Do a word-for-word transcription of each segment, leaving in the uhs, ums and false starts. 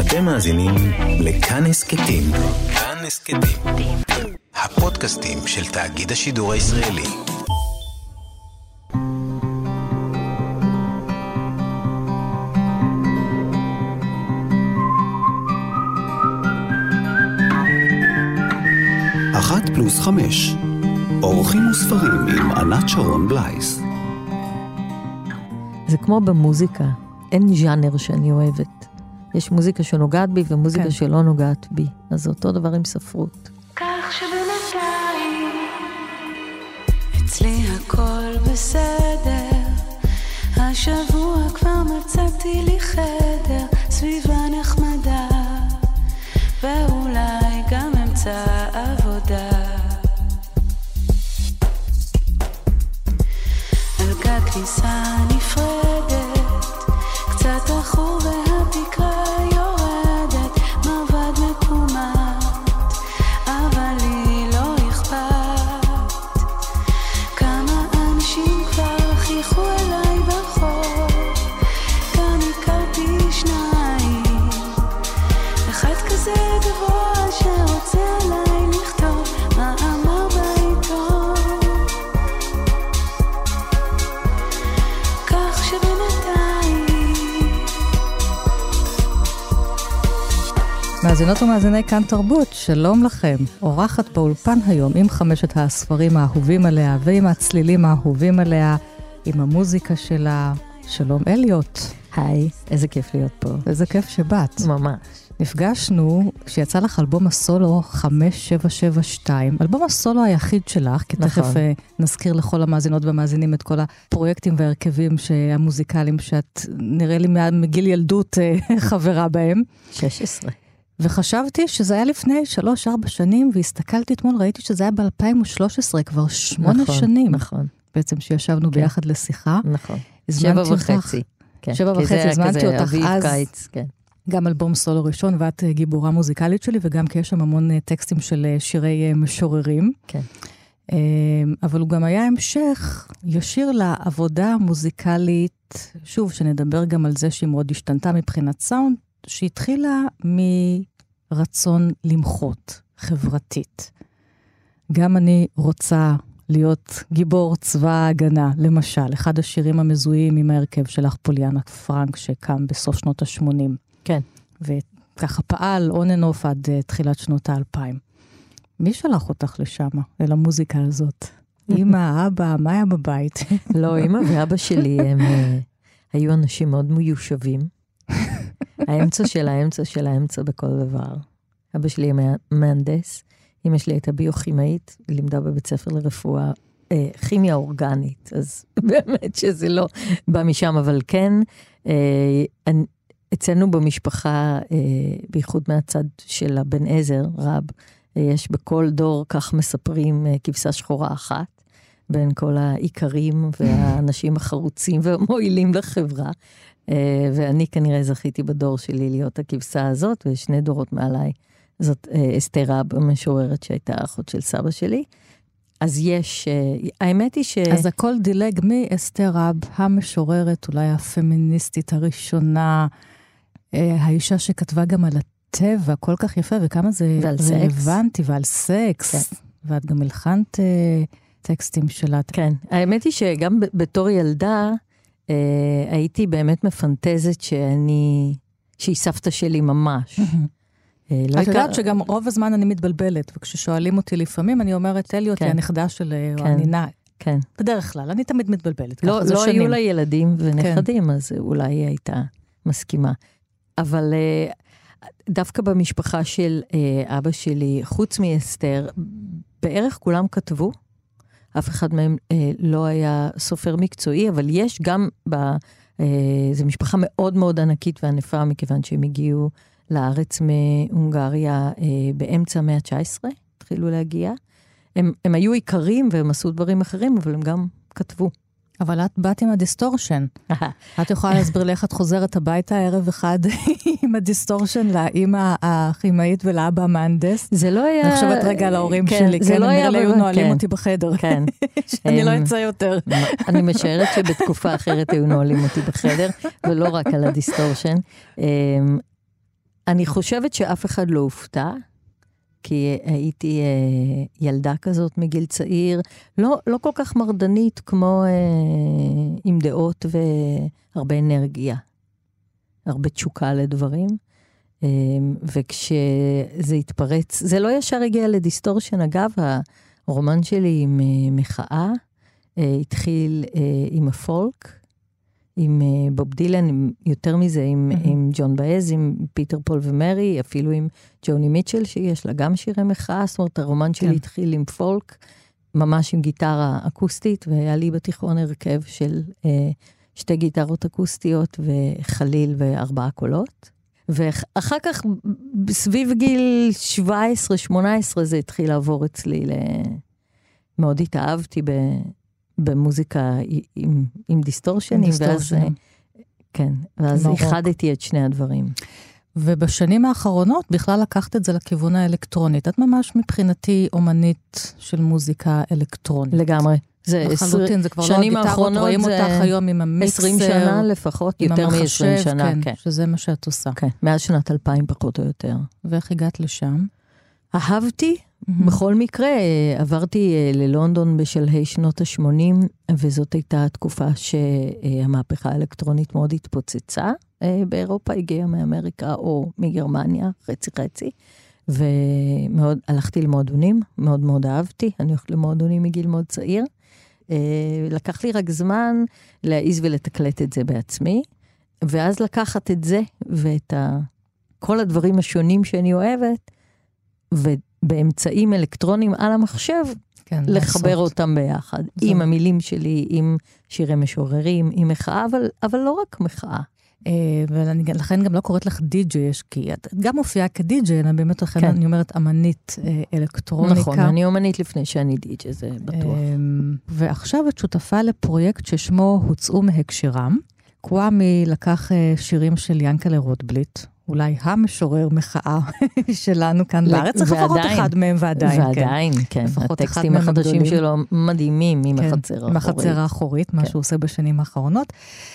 אתם מאזינים לכאן הסקטים. כאן הסקטים. הפודקאסטים של תאגיד השידור הישראלי. אחת פלוס חמש. אורחים וספרים עם ענת שרון בלייס. זה כמו במוזיקה, אין ז'אנר שאני אוהבת. יש מוזיקה שנוגעת בי ומוזיקה כן. שלא נוגעת בי. אז זה אותו דבר עם ספרות. כך שבינתיים אצלי הכל בסדר, השבוע כבר מצאתי לי חדר, סביבה נחמדה, ואולי גם אמצע עבודה. על גג כניסה נפרדת, קצת אחור והתקרה יורדת, מרבד מקומת, אבל לי לא אכפת. כמה אנשים כבר חיכו אליי ברחוב, גם הכרתי שניים, אחד כזה גבוה שרוצה עליי לכתוב מה אמר בעיתון. כך שבינתיים מאזינות ומאזיני כאן תרבות, שלום לכם. אורחת באולפן היום עם חמשת הספרים האהובים עליה ועם הצלילים האהובים עליה, עם המוזיקה שלה. שלום אליוט. היי, איזה כיף להיות פה. איזה כיף שבאת. ממש. נפגשנו כשיצא לך אלבום הסולו חמש שבע שבע שתיים, אלבום הסולו היחיד שלך, כי תכף נכון. נזכיר לכל המאזינות והמאזינים את כל הפרויקטים והרכבים המוזיקליים שאת נראה לי מגיל ילדות חברה בהם. שש עשרה. וחשבתי שזה היה לפני שלוש ארבע שנים, והסתכלתי אתמול, ראיתי שזה היה ב-אלפיים ושלוש עשרה, כבר שמונה נכון, שנים. נכון. בעצם שישבנו כן. ביחד לשיחה. נכון. הזמנתי שבע אותך- וחצי. כן. שבע כי זה וחצי, היה הזמנתי כזה אותך אביב, אז. קיץ, כן. גם אלבום סולו ראשון, ואת גיבורה מוזיקלית שלי, וגם כי יש שם המון אה, טקסטים של אה, שירי אה, משוררים. כן. אה, אבל הוא גם היה המשך ישיר לעבודה המוזיקלית, שוב, שנדבר גם על זה שהיא מאוד השתנתה מבחינת סאונד, שהתחילה מרצון למחות חברתית. גם אני רוצה להיות גיבור צבא ההגנה, למשל, אחד השירים המזוהים עם ההרכב שלך פוליאנה פרנק, שקם בסוף שנות ה-שמונים. כן. וככה פעל on and off עד uh, תחילת שנות ה-אלפיים. מי שלח אותך לשם, אל המוזיקה הזאת? אמא, אבא, מה היה בבית? לא, אמא ואבא שלי הם אה, היו אנשים מאוד מיושבים. האמצע של האמצע של האמצע בכל דבר. אבא שלי היה מהנדס, אמא שלי הייתה ביוכימאית, לימדה בבית ספר לרפואה, אה, כימיה אורגנית, אז באמת שזה לא בא משם, אבל כן, אה, אני, אצלנו במשפחה, אה, בייחוד מהצד של הבן עזר, רב, אה, יש בכל דור, כך מספרים, אה, כבשה שחורה אחת, בין כל העיקרים והאנשים החרוצים והמועילים לחברה, אה, ואני כנראה זכיתי בדור שלי להיות הכבשה הזאת, ושני דורות מעליי, זאת אה, אסתר רב, המשוררת שהייתה האחות של סבא שלי. אז יש, אה, האמת היא ש... אז הכל דילג מאסתר רב, המשוררת, אולי הפמיניסטית הראשונה, אה, האישה שכתבה גם על הטבע, כל כך יפה, וכמה זה רלוונטי, ועל סקס. כן. ואת גם הלחנת אה, טקסטים שלה. כן, האמת היא שגם ב- בתור ילדה, אה, הייתי באמת מפנטזת שאני, שהיא סבתא שלי ממש. את יודעת שגם רוב הזמן אני מתבלבלת, וכששואלים אותי לפעמים, אני אומרת, אליוט, היא הנכדה של הנינה. כן. בדרך כלל, אני תמיד מתבלבלת. לא היו לה ילדים ונכדים, אז אולי היא הייתה מסכימה. אבל דווקא במשפחה של אבא שלי, חוץ מאסתר, בערך כולם כתבו, אף אחד מהם לא היה סופר מקצועי, אבל יש גם, זו משפחה מאוד מאוד ענקית וענפה, מכיוון שהם הגיעו לארץ מהונגריה אה, באמצע המאה ה-תשע עשרה, התחילו להגיע. הם, הם היו עיקרים והם עשו דברים אחרים, אבל הם גם כתבו. אבל את באת עם הדיסטורשן. את יכולה להסביר לי איך את חוזרת הביתה ערב אחד עם הדיסטורשן לאמא הכימאית ולאבא המהנדס? זה לא היה... אני חושבת רגע על ההורים כן, שלי, זה כן, לא הם היה... נראה לי היו נועלים כן. אותי בחדר. כן. שאני לא אצא יותר. אני משערת שבתקופה אחרת היו נועלים אותי בחדר, ולא רק על הדיסטורשן. אני חושבת שאף אחד לא הופתע, כי הייתי אה, ילדה כזאת מגיל צעיר, לא, לא כל כך מרדנית כמו אה, עם דעות והרבה אנרגיה, הרבה תשוקה לדברים. אה, וכשזה התפרץ, זה לא ישר הגיע לדיסטורשן. אגב, הרומן שלי עם אה, מחאה אה, התחיל אה, עם הפולק, עם uh, בוב דילן, עם, יותר מזה, עם, mm-hmm. עם ג'ון באז, עם פיטר פול ומרי, אפילו עם ג'וני מיטשל, שיש לה גם שירי מחאה. זאת אומרת, הרומן שלי כן. התחיל עם פולק, ממש עם גיטרה אקוסטית, והיה לי בתיכון הרכב של uh, שתי גיטרות אקוסטיות, וחליל וארבעה קולות. ואחר כך, סביב גיל שבע עשרה שמונה עשרה, זה התחיל לעבור אצלי, ל... מאוד התאהבתי ב... במוזיקה עם, עם דיסטורשנים, ואז, כן, ואז איחדתי את שני הדברים. ובשנים האחרונות בכלל לקחת את זה לכיוון האלקטרונית. את ממש מבחינתי אומנית של מוזיקה אלקטרונית. לגמרי. זה לחלוטין, זה כבר לא גיטרות, רואים אותך היום עם המיקסר. עשרים שנה לפחות, יותר מ-עשרים שנה. כן, כן. שזה מה שאת עושה. כן, מאז שנת אלפיים פחות או יותר. ואיך הגעת לשם? אהבתי. Mm-hmm. בכל מקרה, עברתי ללונדון בשלהי שנות ה-שמונים, וזאת הייתה תקופה שהמהפכה האלקטרונית מאוד התפוצצה. באירופה הגיעה מאמריקה או מגרמניה, חצי חצי, ומאוד, הלכתי למועדונים, מאוד מאוד אהבתי, אני הולכת למועדונים מגיל מאוד צעיר. לקח לי רק זמן להעיז ולתקלט את זה בעצמי, ואז לקחת את זה, ואת ה... כל הדברים השונים שאני אוהבת, ו... באמצעים אלקטרונים על המחשב, כן, לחבר לעשות. אותם ביחד, זו. עם המילים שלי, עם שירי משוררים, עם מחאה, אבל, אבל לא רק מחאה. ולכן גם לא קוראת לך די-ג'יי, כי את גם מופיעה כדי-ג'יי, אני באמת לכן כן. אני אומרת אמנית אלקטרוניקה. נכון, אני אמנית לפני שאני די-ג'יי, זה בטוח. ועכשיו את שותפה לפרויקט ששמו הוצאו מהקשירם. קוואמי לקח שירים של ינקלה רוטבליט, אולי המשורר מחאה שלנו כאן בארץ, לפחות אחד מהם ועדיין. ועדיין, כן. הטקסטים החדשים שלו מדהימים עם החצר האחורית. עם החצר האחורית, מה שהוא עושה בשנים האחרונות.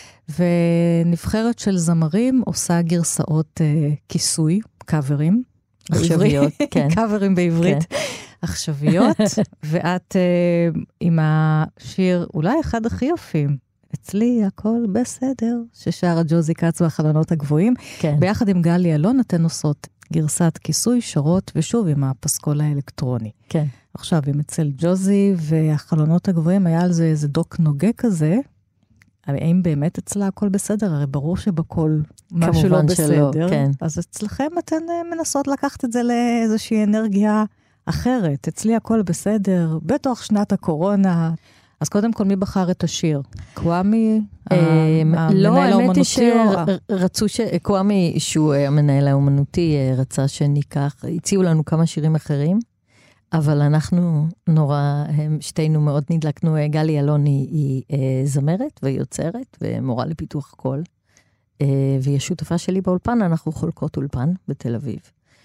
ונבחרת של זמרים עושה גרסאות כיסוי, קאברים. עכשוויות, כן. קאברים בעברית. עכשוויות, ואת עם השיר, אולי אחד הכי יפים, אצלי הכל בסדר, ששרה ג'וזי קץ והחלונות הגבוהים. כן. ביחד עם גלי אלון אתן עושות גרסת כיסוי, שרות, ושוב עם הפסקול האלקטרוני. כן. עכשיו, עם אצל ג'וזי והחלונות הגבוהים, היה על זה איזה דוק נוגה כזה, האם באמת אצלה הכל בסדר? הרי ברור שבכל משהו לא בסדר. שלא, כן. אז אצלכם אתן מנסות לקחת את זה לאיזושהי אנרגיה אחרת. אצלי הכל בסדר, בתוך שנת הקורונה. אז קודם כל, מי בחר את השיר? קוואמי? לא, האמת היא שרצו, קוואמי, שהוא המנהל האומנותי, רצה שניקח, הציעו לנו כמה שירים אחרים, אבל אנחנו נורא, שתינו מאוד נדלקנו, גלי אלון היא זמרת ויוצרת, ומורה לפיתוח קול, והיא השותפה שלי באולפן, אנחנו חולקות אולפן בתל אביב.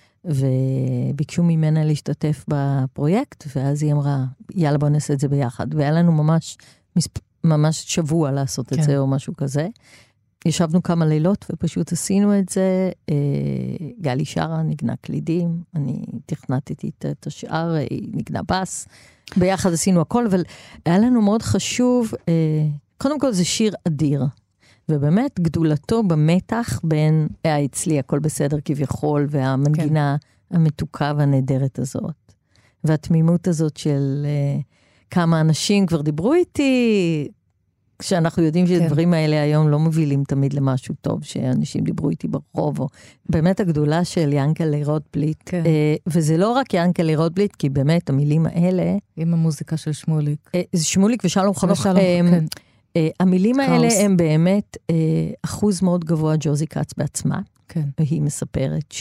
וביקשו ממנה להשתתף בפרויקט, ואז היא אמרה, יאללה בוא נעשה את זה ביחד. והיה לנו ממש, ממש שבוע לעשות כן. את זה או משהו כזה. ישבנו כמה לילות ופשוט עשינו את זה. גלי שרה, נגנה קלידים, אני תכנתתי את השאר, נגנה בס. ביחד עשינו הכל, אבל היה לנו מאוד חשוב, קודם כל זה שיר אדיר. ובאמת גדולתו במתח בין, היה אצלי הכל בסדר כביכול, והמנגינה כן. המתוקה והנהדרת הזאת. והתמימות הזאת של uh, כמה אנשים כבר דיברו איתי, כשאנחנו יודעים כן. שדברים האלה היום לא מובילים תמיד למשהו טוב, שאנשים דיברו איתי ברחוב, או באמת הגדולה של ינקלה רוטבליט. כן. Uh, וזה לא רק ינקלה רוטבליט, כי באמת המילים האלה... עם המוזיקה של שמוליק. Uh, זה שמוליק ושלום חנוך. ושלום, uh, כן. Uh, המילים קאוס. האלה הם באמת uh, אחוז מאוד גבוה ג'וזי קץ בעצמה. כן. והיא מספרת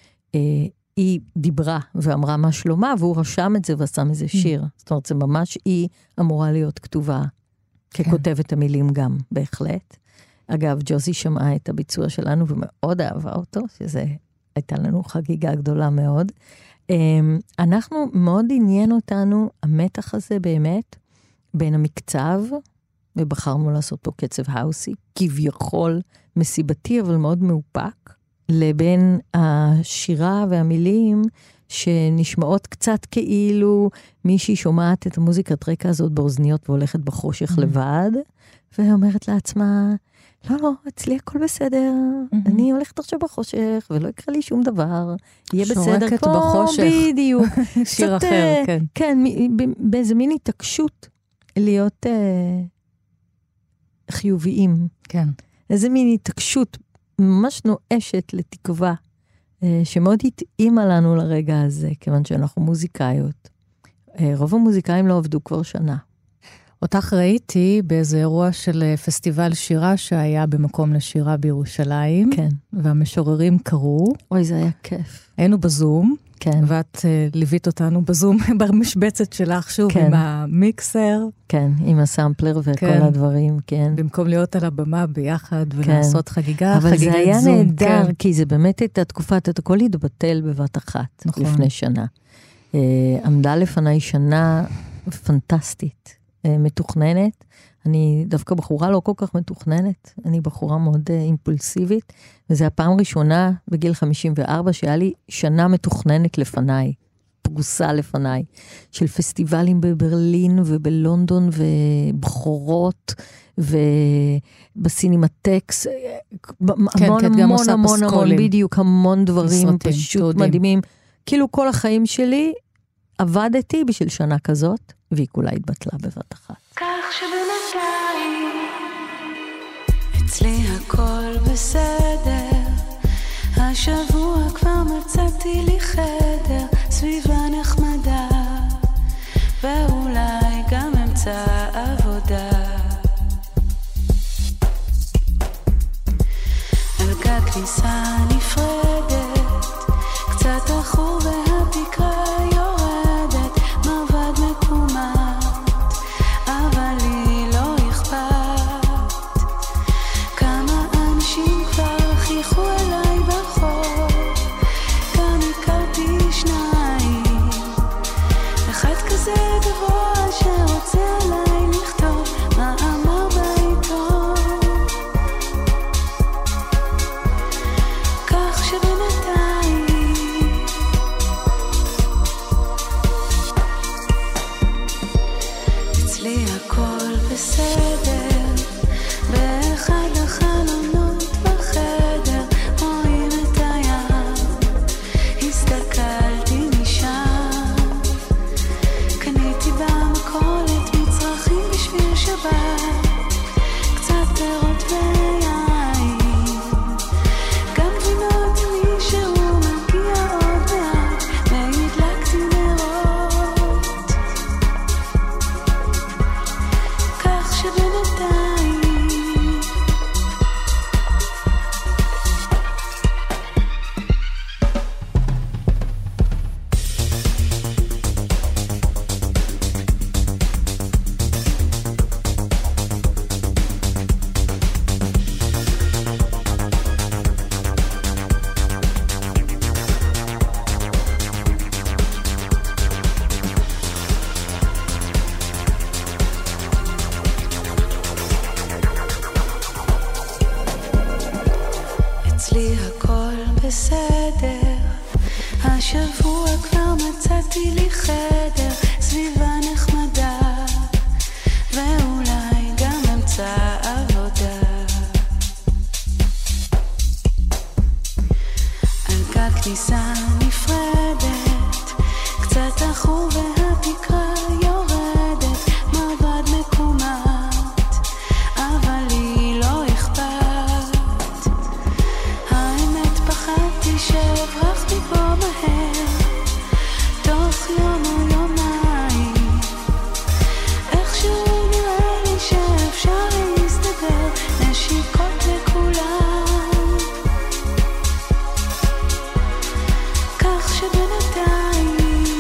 שהיא uh, דיברה ואמרה מה שלומה, והוא רשם את זה ועשה מזה שיר. זאת אומרת, זה ממש היא אמורה להיות כתובה כן. ככותבת המילים גם, בהחלט. אגב, ג'וזי שמעה את הביצוע שלנו ומאוד אהבה אותו, שזה הייתה לנו חגיגה גדולה מאוד. Um, אנחנו מאוד עניין אותנו, המתח הזה באמת, בין המקצב, ובחרנו לעשות פה קצב האוסי, כביכול מסיבתי, אבל מאוד מאופק, לבין השירה והמילים שנשמעות קצת כאילו מישהי שומעת את המוזיקת רקע הזאת באוזניות והולכת בחושך mm-hmm. לבד, ואומרת לעצמה, לא, לא, אצלי הכל בסדר, mm-hmm. אני הולכת עכשיו בחושך, ולא יקרה לי שום דבר, יהיה בסדר פה, בחושך. בדיוק. שיר קצת, אחר, כן. כן, באיזה מין התעקשות להיות אה, חיוביים. כן. איזה מין התעקשות ממש נואשת לתקווה, אה, שמאוד התאימה לנו לרגע הזה, כיוון שאנחנו מוזיקאיות. אה, רוב המוזיקאים לא עבדו כבר שנה. אותך ראיתי באיזה אירוע של פסטיבל שירה שהיה במקום לשירה בירושלים. כן. והמשוררים קראו. אוי, זה היה כיף. היינו בזום. כן. ואת uh, ליווית אותנו בזום במשבצת שלך שוב, כן. עם המיקסר. כן, עם הסמפלר וכל כן. הדברים, כן. במקום להיות על הבמה ביחד ולעשות כן. חגיגה, אבל חגיגת זום. אבל זה היה זום, נהדר, כן. כי זה באמת הייתה תקופה, את הכל התבטל בבת אחת, נכון. לפני שנה. Uh, עמדה לפני שנה פנטסטית. מתוכננת, אני דווקא בחורה לא כל כך מתוכננת, אני בחורה מאוד uh, אימפולסיבית, וזו הפעם ראשונה בגיל חמישים וארבע שהיה לי שנה מתוכננת לפניי, פגוסה לפניי, של פסטיבלים בברלין ובלונדון ובחורות, ובסינמטקס, כן, המון כן, המון המון המון, בדיוק המון דברים סרטים, פשוט תודים. מדהימים, כאילו כל החיים שלי עבדתי בשביל שנה כזאת, והיא כולה התבטלה בבת אחת. כך שבינתיים אצלי הכל בסדר, השבוע כבר מצאתי לי חדר, סביבה נחמדה, ואולי גם אמצע עבודה. על גג כניסה נפרדת, קצת אחור והתקרה אצלי הכל בסדר, השבוע כבר מצאתי לי חדר, סביבה נחמדה, ואולי גם אמצע עבודה. על גג כניסה נפרדת, קצת אחור והתקרה יורדת, מרבד מקומת, אבל לי לא אכפת. האמת פחדתי שאברח מפה מהר, תוך יום או יומיים, איכשהו נראה לי שאפשר להסתדר, נשיקות לכולם, כך שבינתיים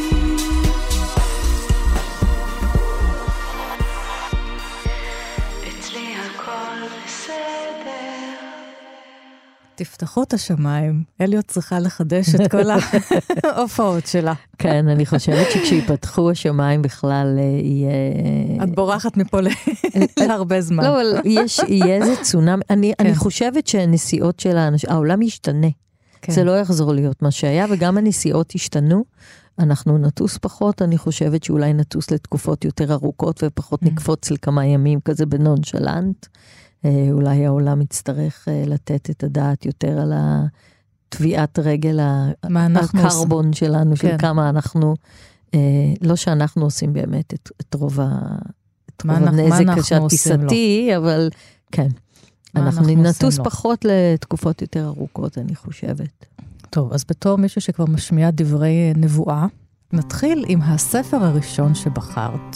אצלי הכל בסדר. תפתחו את השמיים, אליוט צריכה לחדש את כל ההופעות שלה. כן, אני חושבת שכשיפתחו השמיים בכלל יהיה... את בורחת מפה להרבה זמן. לא, אבל יהיה איזה צונאמי. אני חושבת שהנסיעות של האנשים, העולם ישתנה. כן. זה לא יחזור להיות מה שהיה, וגם הנסיעות השתנו. אנחנו נטוס פחות, אני חושבת שאולי נטוס לתקופות יותר ארוכות, ופחות נקפוץ לכמה ימים כזה בנונשלנט. אולי העולם יצטרך לתת את הדעת יותר על התביעת רגל, הקרבון שלנו, של כמה אנחנו, לא שאנחנו עושים באמת את רוב הנזק הטיסתי, אבל כן. אנחנו נטוס פחות לתקופות יותר ארוכות, אני חושבת. טוב, אז בתור מישהו שכבר משמיע דברי נבואה, נתחיל עם הספר הראשון שבחרת.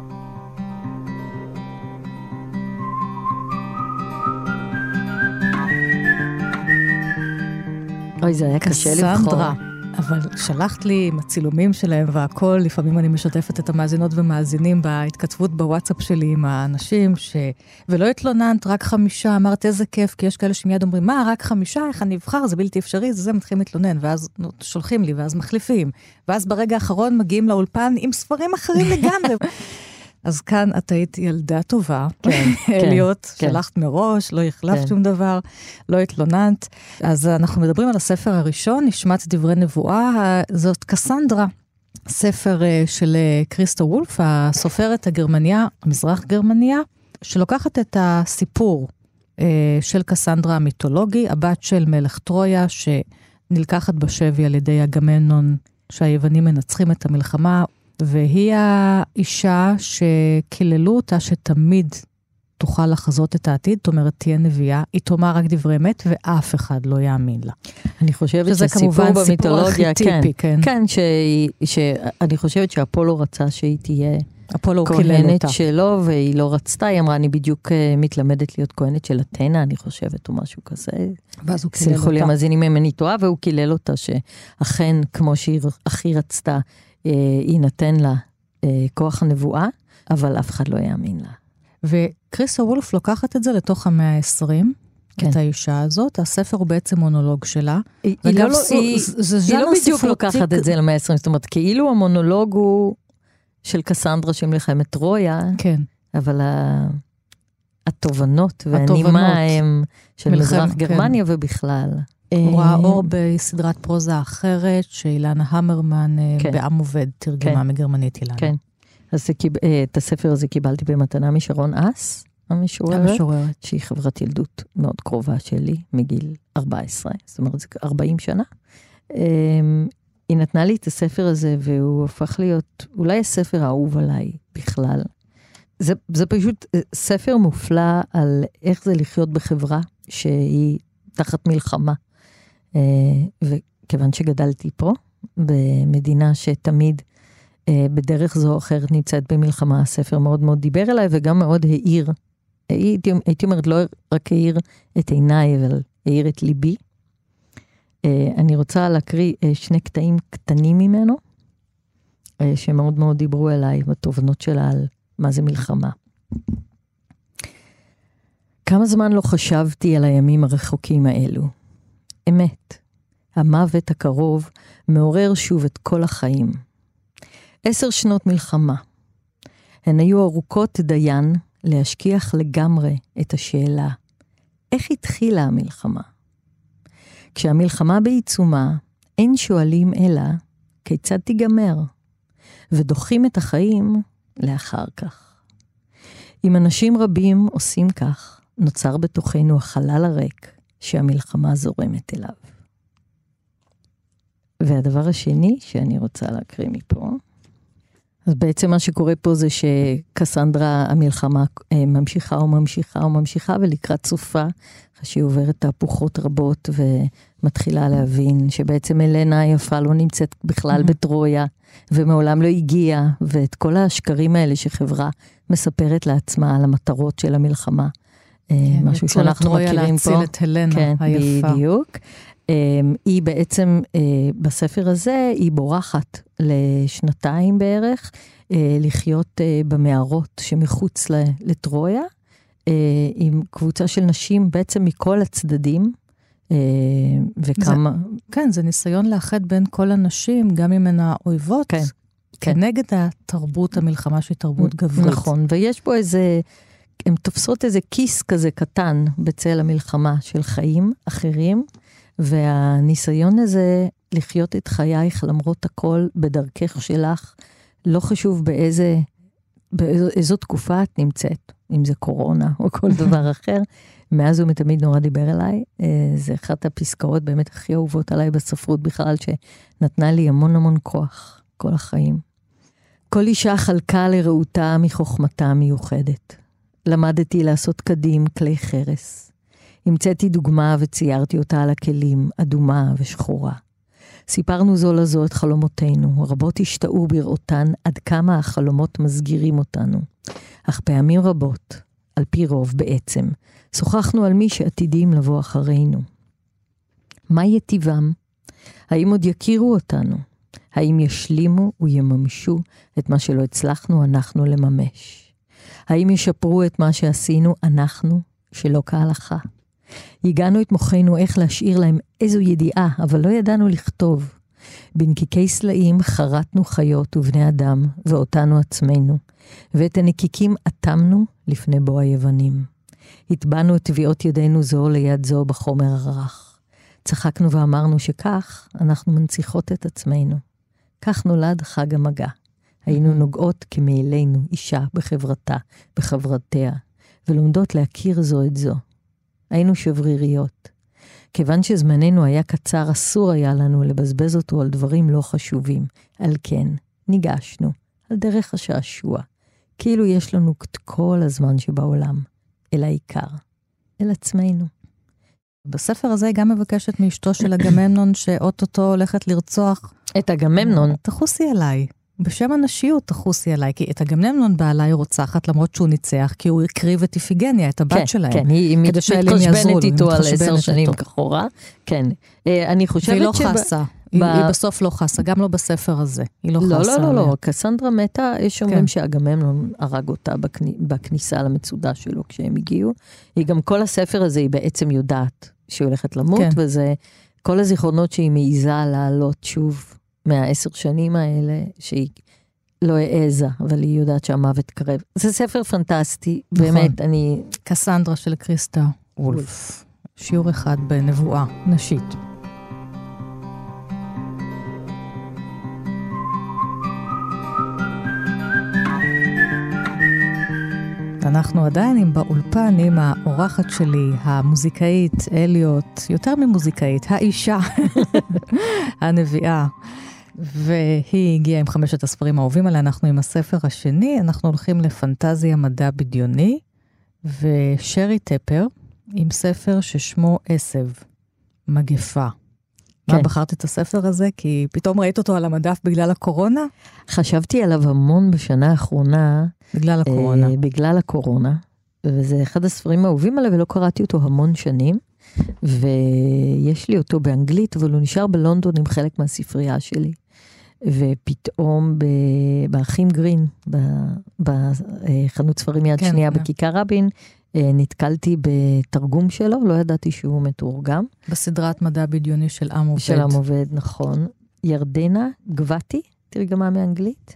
אוי, זה היה קשה לבחור. קסנדרה. אבל שלחת לי עם הצילומים שלהם והכל, לפעמים אני משתפת את המאזינות ומאזינים בהתכתבות בוואטסאפ שלי עם האנשים, ש... ולא התלוננת, רק חמישה, אמרת איזה כיף, כי יש כאלה שמיד אומרים, מה, רק חמישה, איך אני אבחר, זה בלתי אפשרי, זה זה מתחילים להתלונן, ואז שולחים לי, ואז מחליפים, ואז ברגע האחרון מגיעים לאולפן עם ספרים אחרים לגמרי. אז כאן את היית ילדה טובה, להיות, שלחת מראש, לא החלפת שום דבר, לא התלוננת. אז אנחנו מדברים על הספר הראשון, נשמת דברי נבואה, זאת קסנדרה, ספר של קריסטו וולף, הסופרת הגרמניה, המזרח גרמניה, שלוקחת את הסיפור של קסנדרה המיתולוגי, הבת של מלך טרויה, שנלקחת בשבי על ידי אגממנון, שהיוונים מנצחים את המלחמה, והיא האישה שקיללו אותה שתמיד תוכל לחזות את העתיד, זאת אומרת, תהיה נביאה, היא תאמר רק דברי אמת, ואף אחד לא יאמין לה. אני חושבת שסיפור במיתולוגיה, כן, כן, כן, שאני חושבת שאפולו רצה שהיא תהיה כהנת שלו, והיא לא רצתה, היא אמרה, אני בדיוק מתלמדת להיות כהנת של אתנה, אני חושבת, או משהו כזה. ואז הוא קילל אותה. סליחו לי המאזינים אם אני טועה, והוא קילל אותה, שאכן, כמו שהיא הכי רצתה, יינתן לה כוח הנבואה, אבל אף אחד לא יאמין לה. וקריסטו וולף לוקחת את זה לתוך המאה העשרים, כן. את האישה הזאת, הספר הוא בעצם מונולוג שלה. היא, היא, לא, סו, היא, זה היא לא בדיוק לוקחת את זה למאה העשרים, זאת אומרת, כאילו המונולוג הוא של קסנדרה של מלחמת טרויה, כן. אבל ה... התובנות והנימה הם של מלחמת, מזרח גרמניה כן. ובכלל. הוא ראה אור בסדרת פרוזה אחרת, שאילנה המרמן כן. בעם עובד תרגמה כן. מגרמנית אילנה. כן. אז את הספר הזה קיבלתי במתנה משרון אס, המשוררת, המשוררת, שהיא חברת ילדות מאוד קרובה שלי, מגיל ארבע עשרה, זאת אומרת, זה ארבעים שנה. היא נתנה לי את הספר הזה, והוא הפך להיות, אולי הספר האהוב עליי בכלל. זה, זה פשוט ספר מופלא על איך זה לחיות בחברה שהיא תחת מלחמה. וכיוון שגדלתי פה, במדינה שתמיד בדרך זו או אחרת נמצאת במלחמה, הספר מאוד מאוד דיבר אליי, וגם מאוד העיר. הייתי, הייתי אומרת, לא רק העיר את עיניי, אבל העיר את ליבי. אני רוצה להקריא שני קטעים קטנים ממנו, שמאוד מאוד דיברו אליי, בתובנות שלה על מה זה מלחמה. כמה זמן לא חשבתי על הימים הרחוקים האלו. אמת, המוות הקרוב מעורר שוב את כל החיים. עשר שנות מלחמה. הן היו ארוכות דיין להשכיח לגמרי את השאלה, איך התחילה המלחמה? כשהמלחמה בעיצומה, אין שואלים אלא כיצד תיגמר, ודוחים את החיים לאחר כך. אם אנשים רבים עושים כך, נוצר בתוכנו החלל הריק שהמלחמה זורמת אליו. והדבר השני שאני רוצה להקריא מפה, אז בעצם מה שקורה פה זה שקסנדרה המלחמה ממשיכה וממשיכה וממשיכה, ולקראת סופה, שהיא עוברת תהפוכות רבות ומתחילה להבין שבעצם אלנה היפה לא נמצאת בכלל בטרויה, ומעולם לא הגיעה, ואת כל השקרים האלה שחברה מספרת לעצמה על המטרות של המלחמה. משהו שאנחנו מכירים פה. להציל את הלנה כן, היפה. בדיוק. היא בעצם, בספר הזה, היא בורחת לשנתיים בערך, לחיות במערות שמחוץ לטרויה, עם קבוצה של נשים בעצם מכל הצדדים, וכמה... זה, כן, זה ניסיון לאחד בין כל הנשים, גם אם הן האויבות, כן, כנגד כן. התרבות המלחמה שהיא תרבות גברית. נכון, ויש פה איזה... הן תופסות איזה כיס כזה קטן בצל המלחמה של חיים אחרים, והניסיון הזה לחיות את חייך למרות הכל בדרכך שלך, לא חשוב באיזה, באיזו תקופה את נמצאת, אם זה קורונה או כל דבר אחר, מאז הוא תמיד נורא דיבר אליי, זה אחת הפסקאות באמת הכי אהובות עליי בספרות בכלל, שנתנה לי המון המון כוח כל החיים. כל אישה חלקה לרעותה מחוכמתה המיוחדת. למדתי לעשות קדים כלי חרס. המצאתי דוגמה וציירתי אותה על הכלים, אדומה ושחורה. סיפרנו זו לזו את חלומותינו, רבות השתאו בראותן עד כמה החלומות מסגירים אותנו. אך פעמים רבות, על פי רוב בעצם, שוחחנו על מי שעתידים לבוא אחרינו. מה יטיבם? האם עוד יכירו אותנו? האם ישלימו ויממשו את מה שלא הצלחנו אנחנו לממש? האם ישפרו את מה שעשינו אנחנו שלא כהלכה? הגענו את מוחנו איך להשאיר להם איזו ידיעה, אבל לא ידענו לכתוב. בנקיקי סלעים חרטנו חיות ובני אדם ואותנו עצמנו, ואת הנקיקים אטמנו לפני בוא היוונים. הטבענו את טביעות ידינו זו ליד זו בחומר הרך. צחקנו ואמרנו שכך אנחנו מנציחות את עצמנו. כך נולד חג המגע. היינו נוגעות כמעילינו אישה בחברתה, בחברתיה, ולומדות להכיר זו את זו. היינו שבריריות. כיוון שזמננו היה קצר, אסור היה לנו לבזבז אותו על דברים לא חשובים. על כן, ניגשנו, על דרך השעשוע, כאילו יש לנו את כל הזמן שבעולם, אל העיקר, אל עצמנו. בספר הזה היא גם מבקשת מאשתו של אגממנון, שאוטוטו הולכת לרצוח. את אגממנון. תחוסי עליי. בשם הנשיות תחוסי עליי, כי את אגממנון בעלה היא רוצחת, למרות שהוא ניצח, כי הוא הקריב את איפיגניה, את הבת כן, שלהם. כן, היא מתחשבנת איתו על עשר שנים כחורה. כן, אני חושבת והיא לא חסה. היא בסוף לא חסה, גם לא בספר הזה. היא לא חסה. לא, לא, לא, לא. קסנדרה מתה, יש אומרים שאגממנון הרג אותה בכניסה למצודה שלו כשהם הגיעו. היא גם כל הספר הזה, היא בעצם יודעת שהיא הולכת למות, וזה כל הזיכרונות שהיא מעיזה לעלות שוב מהעשר שנים האלה, שהיא לא העזה, אבל היא יודעת שהמוות קרב. זה ספר פנטסטי, באמת, אני... קסנדרה של קריסטה וולף. שיעור אחד בנבואה נשית. אנחנו עדיין עם באולפן, עם האורחת שלי, המוזיקאית, אליוט, יותר ממוזיקאית, האישה, הנביאה. והיא הגיעה עם חמשת הספרים האהובים עליה, אנחנו עם הספר השני, אנחנו הולכים לפנטזיה מדע בדיוני, ושרי טפר, עם ספר ששמו עשב, מגפה. כן. מה בחרת את הספר הזה? כי פתאום ראית אותו על המדף בגלל הקורונה? חשבתי עליו המון בשנה האחרונה. בגלל הקורונה. אה, בגלל הקורונה, וזה אחד הספרים האהובים עליו, ולא קראתי אותו המון שנים, ויש לי אותו באנגלית, אבל הוא נשאר בלונדון עם חלק מהספרייה שלי. ופתאום באחים גרין, בחנות ספרים יד כן, שנייה כן. בכיכר רבין, נתקלתי בתרגום שלו, לא ידעתי שהוא מתורגם. בסדרת מדע בדיוני של עם עובד. של עם עובד, נכון. ירדנה גבתי, תרגמה מאנגלית.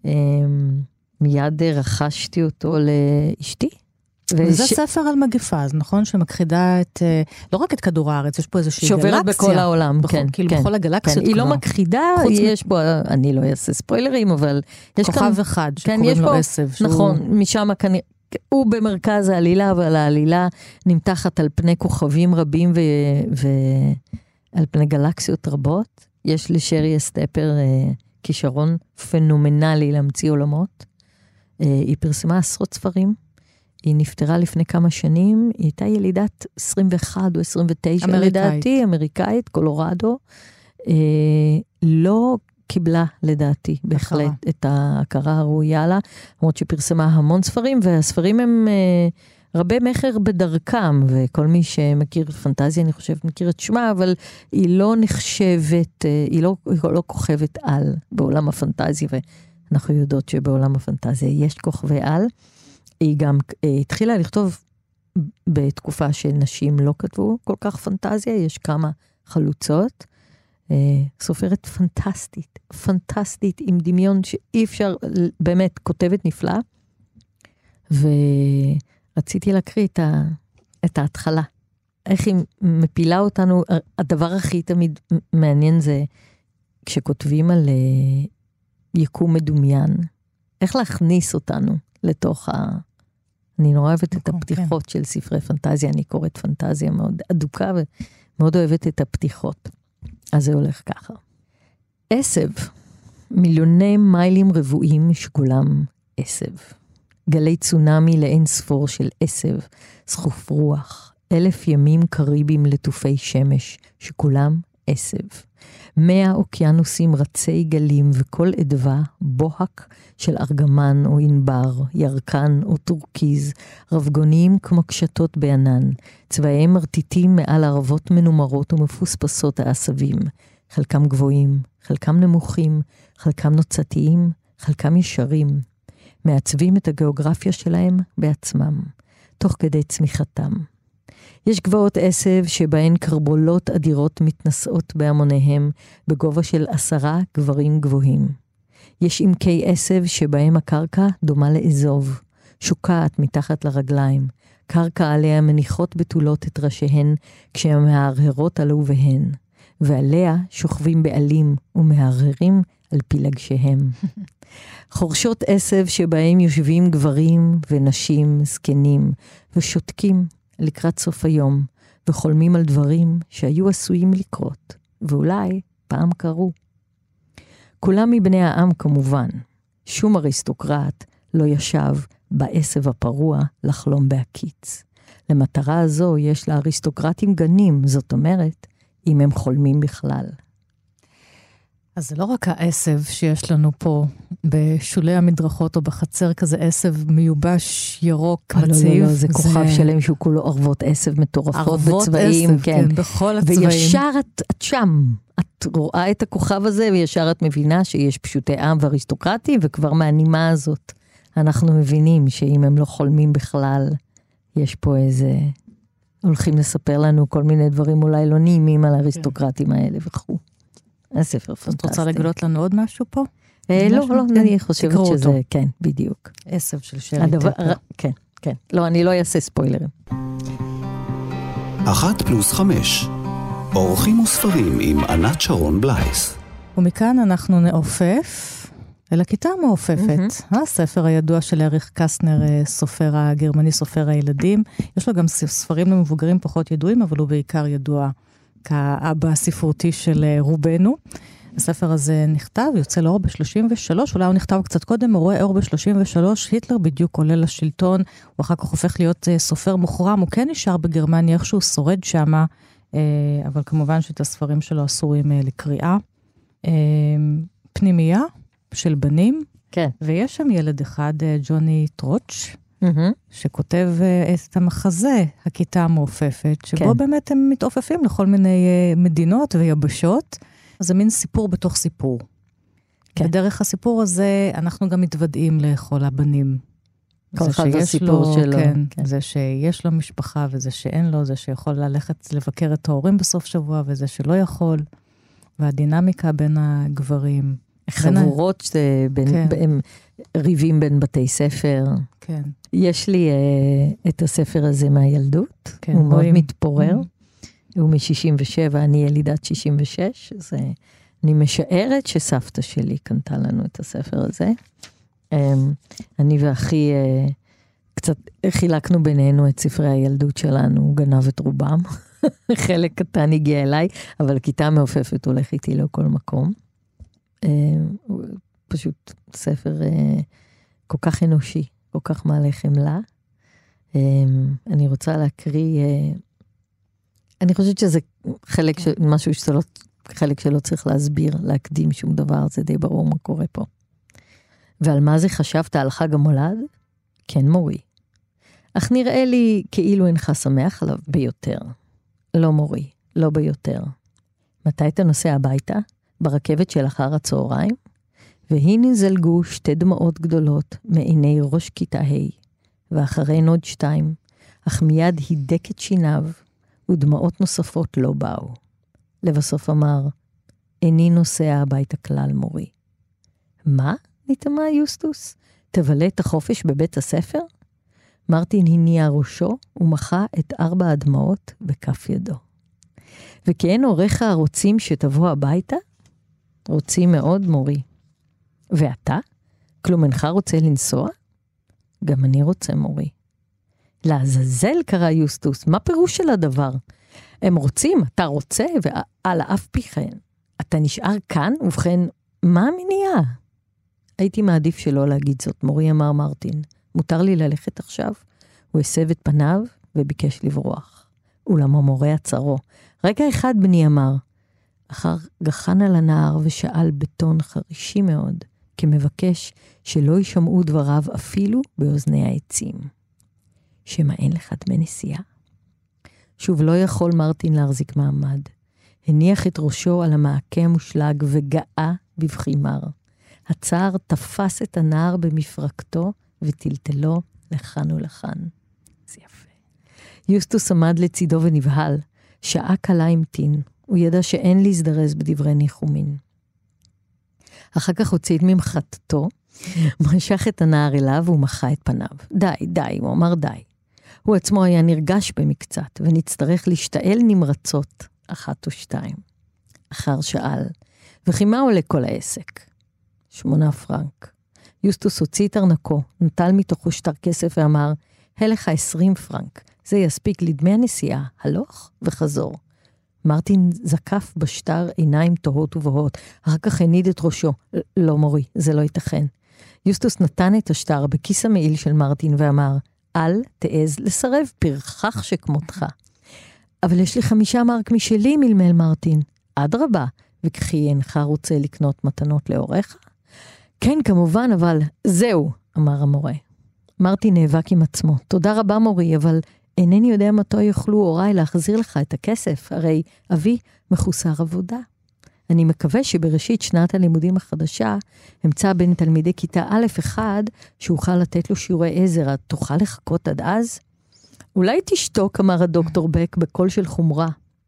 מיד רכשתי אותו לאשתי. וזה ש... ספר על מגפה, אז נכון שמכחידה את, לא רק את כדור הארץ, יש פה איזושהי גלקסיה. שוברת בכל העולם, בכל, כן. כאילו כן, בכל הגלקסיות כן. היא לא מכחידה, יש פה, אני לא אעשה ספוילרים, אבל יש כוכב כאן... אחד שקוראים כן, לו עשב. שהוא... נכון, משם כנראה, הוא במרכז העלילה, אבל העלילה נמתחת על פני כוכבים רבים ו... ועל פני גלקסיות רבות. יש לשרי סטפר אה, כישרון פנומנלי להמציא עולמות. אה, היא פרסמה עשרות ספרים. היא נפטרה לפני כמה שנים, היא הייתה ילידת עשרים ואחת או עשרים ותשע, לדעתי, אמריקאית, קולורדו. אה, לא קיבלה, לדעתי, בהחלט, את ההכרה הראויה לה, למרות שפרסמה המון ספרים, והספרים הם אה, רבי מחר בדרכם, וכל מי שמכיר פנטזיה, אני חושבת, מכיר את שמה, אבל היא לא נחשבת, אה, היא לא, היא לא כוכבת על בעולם הפנטזיה, ואנחנו יודעות שבעולם הפנטזיה יש כוכבי על. היא גם אה, התחילה לכתוב בתקופה שנשים לא כתבו כל כך פנטזיה, יש כמה חלוצות, אה, סופרת פנטסטית, פנטסטית עם דמיון שאי אפשר, באמת כותבת נפלאה, ורציתי להקריא את, ה, את ההתחלה איך היא מפילה אותנו, הדבר הכי תמיד מעניין זה, כשכותבים על יקום מדומיין, איך להכניס אותנו לתוך ה... אני נורא אוהבת את הפתיחות של ספרי פנטזיה, אני קוראת פנטזיה מאוד אדוקה, ומאוד אוהבת את הפתיחות. אז זה הולך ככה. עשב, מיליוני מיילים רבועים שגולם עשב. גלי צונמי לאין ספור של עשב, סחוף רוח, אלף ימים קריבים לטופי שמש, שכולם עשב. מאה אוקיינוסים רצי גלים וכל עדווה בוהק של ארגמן או אינבר, ירקן או טורקיז, רבגוניים כמו קשתות בענן, צבעיהם מרטיטים מעל ערבות מנומרות ומפוספסות העשבים, חלקם גבוהים, חלקם נמוכים, חלקם נוצתיים, חלקם ישרים, מעצבים את הגיאוגרפיה שלהם בעצמם, תוך כדי צמיחתם. יש גבעות עשב שבהן קרבולות אדירות מתנשאות בהמוניהם בגובה של עשרה גברים גבוהים. יש עמקי עשב שבהם הקרקע דומה לאזוב, שוקעת מתחת לרגליים, קרקע עליה מניחות בתולות את ראשיהן כשהן מהרהרות עלו בהן, ועליה שוכבים בעלים ומהרהרים על פילגשיהם. חורשות עשב שבהם יושבים גברים ונשים זקנים ושותקים לקראת סוף היום, וחולמים על דברים שהיו עשויים לקרות, ואולי פעם קרו. כולם מבני העם כמובן, שום אריסטוקרט לא ישב בעשב הפרוע לחלום בהקיץ. למטרה הזו יש לאריסטוקרטים גנים, זאת אומרת, אם הם חולמים בכלל. אז זה לא רק העשב שיש לנו פה בשולי המדרכות או בחצר, כזה עשב מיובש ירוק מציב. לא, לא, לא, זה כוכב שלם שהוא כולו ערבות עשב מטורפות בצבעים. ערבות עשב, כן, בכל הצבעים. וישר את, את שם, את רואה את הכוכב הזה, וישר את מבינה שיש פשוטי עם ואריסטוקרטים, וכבר מהנימה הזאת אנחנו מבינים שאם הם לא חולמים בכלל, יש פה איזה... הולכים לספר לנו כל מיני דברים אולי לא נעימים על האריסטוקרטים האלה וכו'. הספר פנטסטי. את רוצה לגלות לנו עוד משהו פה? לא, לא, אני חושבת שזה, כן, בדיוק. עשב של שרי טפר. כן, כן. לא, אני לא אעשה ספוילרים. אחת פלוס חמש. אורחים וספרים עם ענת שרון בלייס. ומכאן אנחנו נעופף אל הכיתה מעופפת. הספר הידוע של אריך קסטנר, סופר הגרמני, סופר הילדים. יש לו גם ספרים למבוגרים פחות ידועים, אבל הוא בעיקר ידוע כאבא הספרותי של רובנו. הספר הזה נכתב, יוצא לאור ב-שלושים ושלוש, אולי הוא נכתב קצת קודם, הוא רואה אור ב-שלושים ושלוש, היטלר בדיוק עולה לשלטון, הוא אחר כך הופך להיות סופר מוחרם, הוא כן נשאר בגרמניה, איכשהו שורד שמה, אבל כמובן שאת הספרים שלו אסורים לקריאה. פנימייה של בנים, כן. ויש שם ילד אחד, ג'וני טרוץ', שכותב את המחזה, הכיתה המעופפת, שבו באמת הם מתעופפים לכל מיני מדינות ויבשות, אז זה מין סיפור בתוך סיפור. בדרך הסיפור הזה, אנחנו גם מתוודעים לכל הבנים. כל אחד הסיפור שלו. כן, זה שיש לו משפחה, וזה שאין לו, זה שיכול ללכת לבקר את ההורים בסוף שבוע, וזה שלא יכול, והדינמיקה בין הגברים. חבורות בין... ריבים בין בתי ספר. כן. יש לי uh, את הספר הזה מהילדות. כן, הוא רואים. מאוד מתפורר. Mm. הוא מ-שישים ושבע, אני ילידת שישים ושש. אז uh, אני משערת שסבתא שלי קנתה לנו את הספר הזה. Um, אני ואחי uh, קצת חילקנו בינינו את ספרי הילדות שלנו, הוא גנב את רובם. חלק קטן הגיע אליי, אבל כיתה מעופפת הולך איתי לכל מקום. Uh, פשוט ספר uh, כל כך אנושי, כל כך מעלה חמלה. Uh, אני רוצה להקריא, uh, אני חושבת שזה חלק של משהו שזה לא, חלק שלא צריך להסביר, להקדים שום דבר, זה די ברור מה קורה פה. ועל מה זה חשבת על חג המולד? כן מורי. אך נראה לי כאילו אינך שמח עליו ביותר. לא מורי, לא ביותר. מתי אתה נוסע הביתה? ברכבת של אחר הצהריים? והנה זלגו שתי דמעות גדולות מעיני ראש כיתה ה', ואחריהן עוד שתיים, אך מיד הידק את שיניו, ודמעות נוספות לא באו. לבסוף אמר, איני נוסע הביתה כלל מורי. מה? נתמה יוסטוס, תבלה את החופש בבית הספר? מרטין הניע ראשו ומחה את ארבע הדמעות בכף ידו. וכן הוריך רוצים שתבוא הביתה? רוצים מאוד, מורי. ואתה? כלום אינך רוצה לנסוע? גם אני רוצה, מורי. לעזאזל, קרא יוסטוס, מה פירוש של הדבר? הם רוצים, אתה רוצה, ועל האף פיכן. אתה נשאר כאן, ובכן, מה המניעה? הייתי מעדיף שלא להגיד זאת, מורי, אמר מרטין. מותר לי ללכת עכשיו? הוא הסב את פניו וביקש לברוח. אולם המורה עצרו. רגע אחד בני אמר, אחר גחן על הנער ושאל בטון חרישי מאוד, כמבקש שלא יישמעו דבריו אפילו באוזני העצים. שמה אין לך דמי נסיעה? שוב לא יכול מרטין להחזיק מעמד. הניח את ראשו על המעקה המושלג וגאה בבחימר. הצער תפס את הנער במפרקתו וטלטלו לכאן ולכאן. זה יפה. יוסטוס עמד לצידו ונבהל. שעה קלה המתין. הוא ידע שאין להזדרז בדברי ניחומין. אחר כך הוציא את ממחתתו, משך את הנער אליו ומחה את פניו. די, די, הוא אמר די. הוא עצמו היה נרגש במקצת, ונצטרך להשתעל נמרצות אחת או שתיים. אחר שאל, וכי מה עולה כל העסק? שמונה פרנק. יוסטוס הוציא את ארנקו, נטל מתוכו שטר כסף ואמר, הלך עשרים פרנק, זה יספיק לדמי הנסיעה, הלוך וחזור. מרטין זקף בשטר עיניים תוהות ובוהות, אחר כך הניד את ראשו. לא מורי, זה לא ייתכן. יוסטוס נתן את השטר בכיס המעיל של מרטין ואמר, אל תעז לסרב פרחח שכמותך. אבל יש לי חמישה מרק משלי, מלמל מרטין. אדרבה, וכי אינך רוצה לקנות מתנות להוריך? כן, כמובן, אבל זהו, אמר המורה. מרטין נאבק עם עצמו. תודה רבה מורי, אבל אינני יודע מתי יוכלו הוריי להחזיר לך את הכסף, הרי אבי מחוסר עבודה. אני מקווה שבראשית שנת הלימודים החדשה, אמצא בין תלמידי כיתה א' אחד, שאוכל לתת לו שיעורי עזר, תוכל לחכות עד אז? אולי תשתוק, אמר הדוקטור בק בקול של חומרה.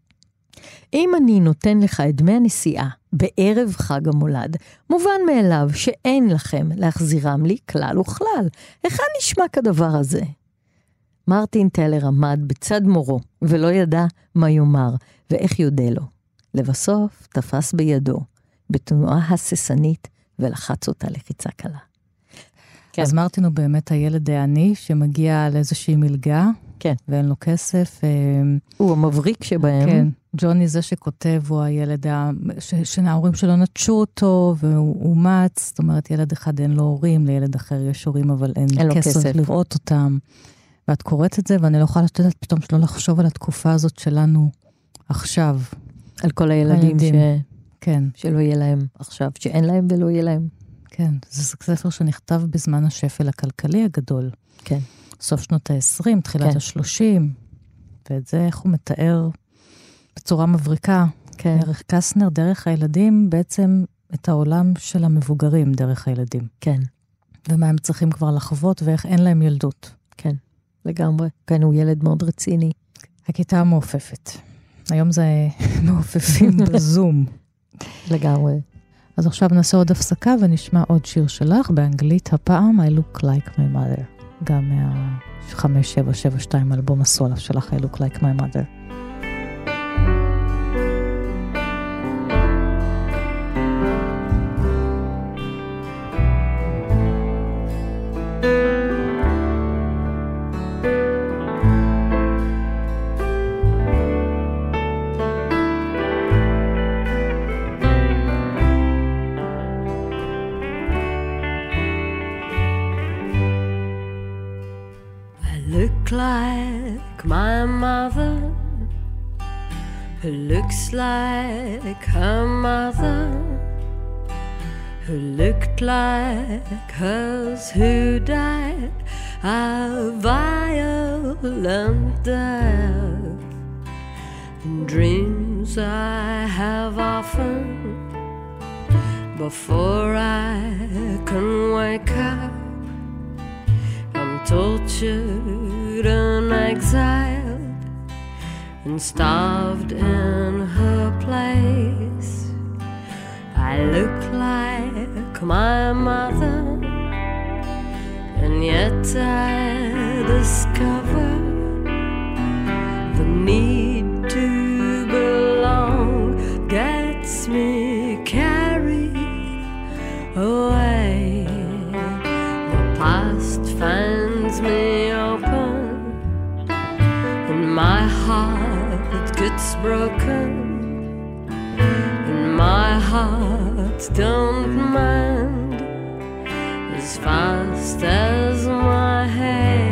אם אני נותן לך את דמי הנסיעה בערב חג המולד, מובן מאליו שאין לכם להחזירם לי כלל וכלל. איך נשמע כדבר הזה? מרטין טלר עמד בצד מורו, ולא ידע מה יאמר, ואיך יודע לו. לבסוף תפס בידו, בתנועה הססנית, ולחץ אותה לחיצה קלה. כן. אז מרטין הוא באמת הילד העני, שמגיע לאיזושהי מלגה, כן. ואין לו כסף. הוא המבריק שבהם. כן. ג'וני זה שכותב, הוא הילד שההורים שלו נטשו אותו, והוא אומץ, זאת אומרת, ילד אחד אין לו הורים, לילד אחר יש הורים, אבל אין, אין כסף, כסף לראות אותם. ואת קוראת את זה, ואני לא יכולה לתת פתאום שלא לחשוב על התקופה הזאת שלנו עכשיו. על כל הילדים ש... כן. שלא יהיה להם עכשיו, שאין להם ולא יהיה להם. כן, זה ספר שנכתב בזמן השפל הכלכלי הגדול. כן. סוף שנות ה-עשרים, תחילת כן. ה-שלושים, ואת זה איך הוא מתאר בצורה מבריקה. כן. דרך קסנר, דרך הילדים, בעצם את העולם של המבוגרים דרך הילדים. כן. ומה הם צריכים כבר לחוות, ואיך אין להם ילדות. כן, לגמרי. כן, הוא ילד מאוד רציני. הכיתה המעופפת. היום זה מעופפים בזום. לגמרי. אז עכשיו נעשה עוד הפסקה ונשמע עוד שיר שלך, באנגלית הפעם, I look like my mother. גם מה-חמש שבע שבע שתיים אלבום הסולו שלך, I look like my mother. Like my mother, who looks like her mother, who looked like hers who died a violent death. Dreams I have often before I can wake up. I'm tortured and exiled and starved in her place. I look like my mother, and yet I the me carried away. The past finds me open, and my heart gets broken, and my heart don't mind as fast as my head.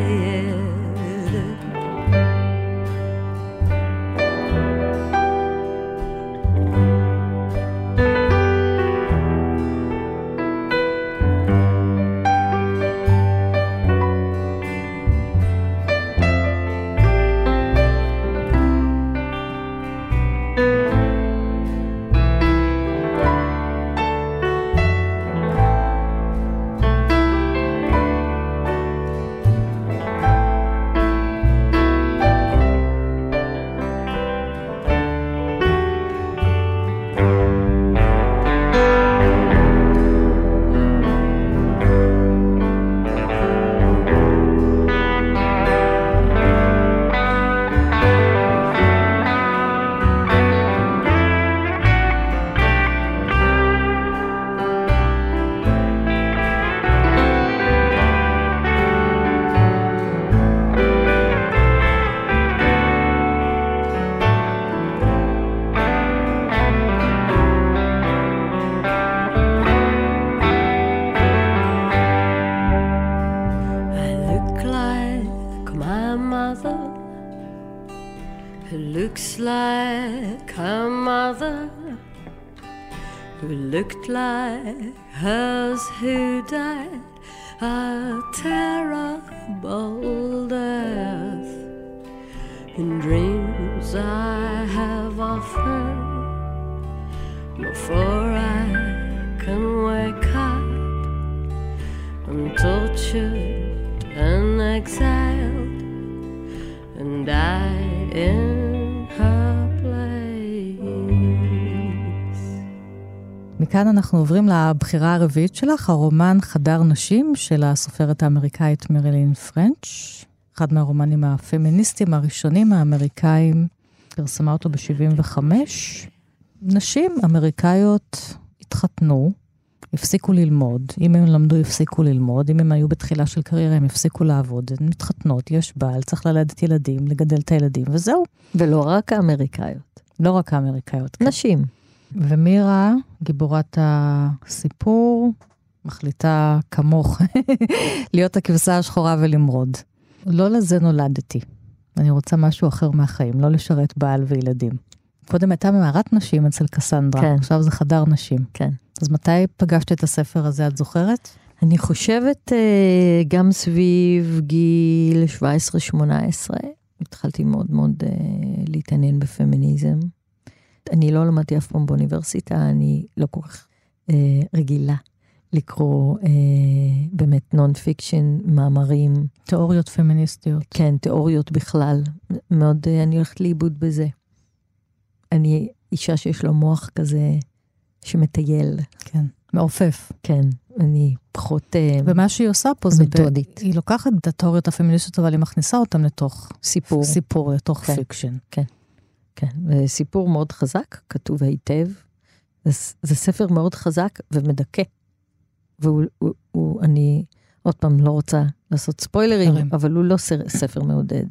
Looked like hers who died a terrible death. In dreams I have often, before I can wake up, I'm tortured and exiled, and die in her place. מכאן אנחנו עוברים לבחירה הרביעית שלך, הרומן חדר נשים של הסופרת האמריקאית מרילין פרנץ', אחד מהרומנים הפמיניסטיים הראשונים האמריקאים, פרסמה אותו ב-שבעים וחמש. נשים אמריקאיות התחתנו, הפסיקו ללמוד, אם הם למדו הפסיקו ללמוד, אם הם היו בתחילה של קריירה הם הפסיקו לעבוד, הן מתחתנות, יש בעל, צריך ללדת ילדים, לגדל את הילדים, וזהו. ולא רק האמריקאיות. לא רק האמריקאיות. נשים. ומירה, גיבורת הסיפור, מחליטה כמוך להיות הכבשה השחורה ולמרוד. לא לזה נולדתי. אני רוצה משהו אחר מהחיים, לא לשרת בעל וילדים. קודם הייתה ממערת נשים אצל קסנדרה, כן. עכשיו זה חדר נשים. כן. אז מתי פגשת את הספר הזה, את זוכרת? אני חושבת גם סביב גיל שבע עשרה שמונה עשרה, התחלתי מאוד מאוד להתעניין בפמיניזם. אני לא למדתי אף פעם באוניברסיטה, אני לא כל כך אה, רגילה לקרוא אה, באמת נון פיקשן, מאמרים. תיאוריות פמיניסטיות. כן, תיאוריות בכלל. מאוד, אה, אני הולכת לאיבוד בזה. אני אישה שיש לו מוח כזה שמטייל. כן, מעופף. כן, אני פחות אה, ומה שהיא עושה פה זה, ב... היא לוקחת את התיאוריות הפמיניסטיות, אבל היא מכניסה אותן לתוך סיפור. סיפור, לתוך כן. פיקשן. כן. כן, וסיפור מאוד חזק, כתוב היטב. זה, זה ספר מאוד חזק ומדכא. והוא, הוא, הוא, אני עוד פעם לא רוצה לעשות ספוילרים, הרים. אבל הוא לא ספר מעודד.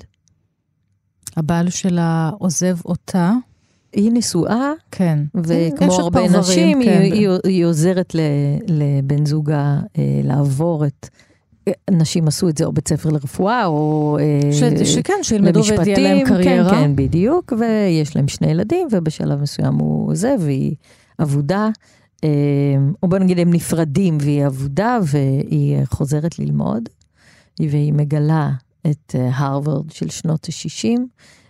הבעל שלה עוזב אותה. היא נשואה, כן. וכמו הרבה פרברים, נשים, כן. היא, היא, היא עוזרת לבן זוגה לעבור את... נשים עשו את זה או בית ספר לרפואה, או ש, שכן, שילמדו ותהיה להם קריירה. כן, כן, בדיוק, ויש להם שני ילדים, ובשלב מסוים הוא עוזב, והיא עבודה, או בוא נגיד, הם נפרדים, והיא עבודה, והיא חוזרת ללמוד, והיא מגלה את הרווארד של שנות ה-שישים,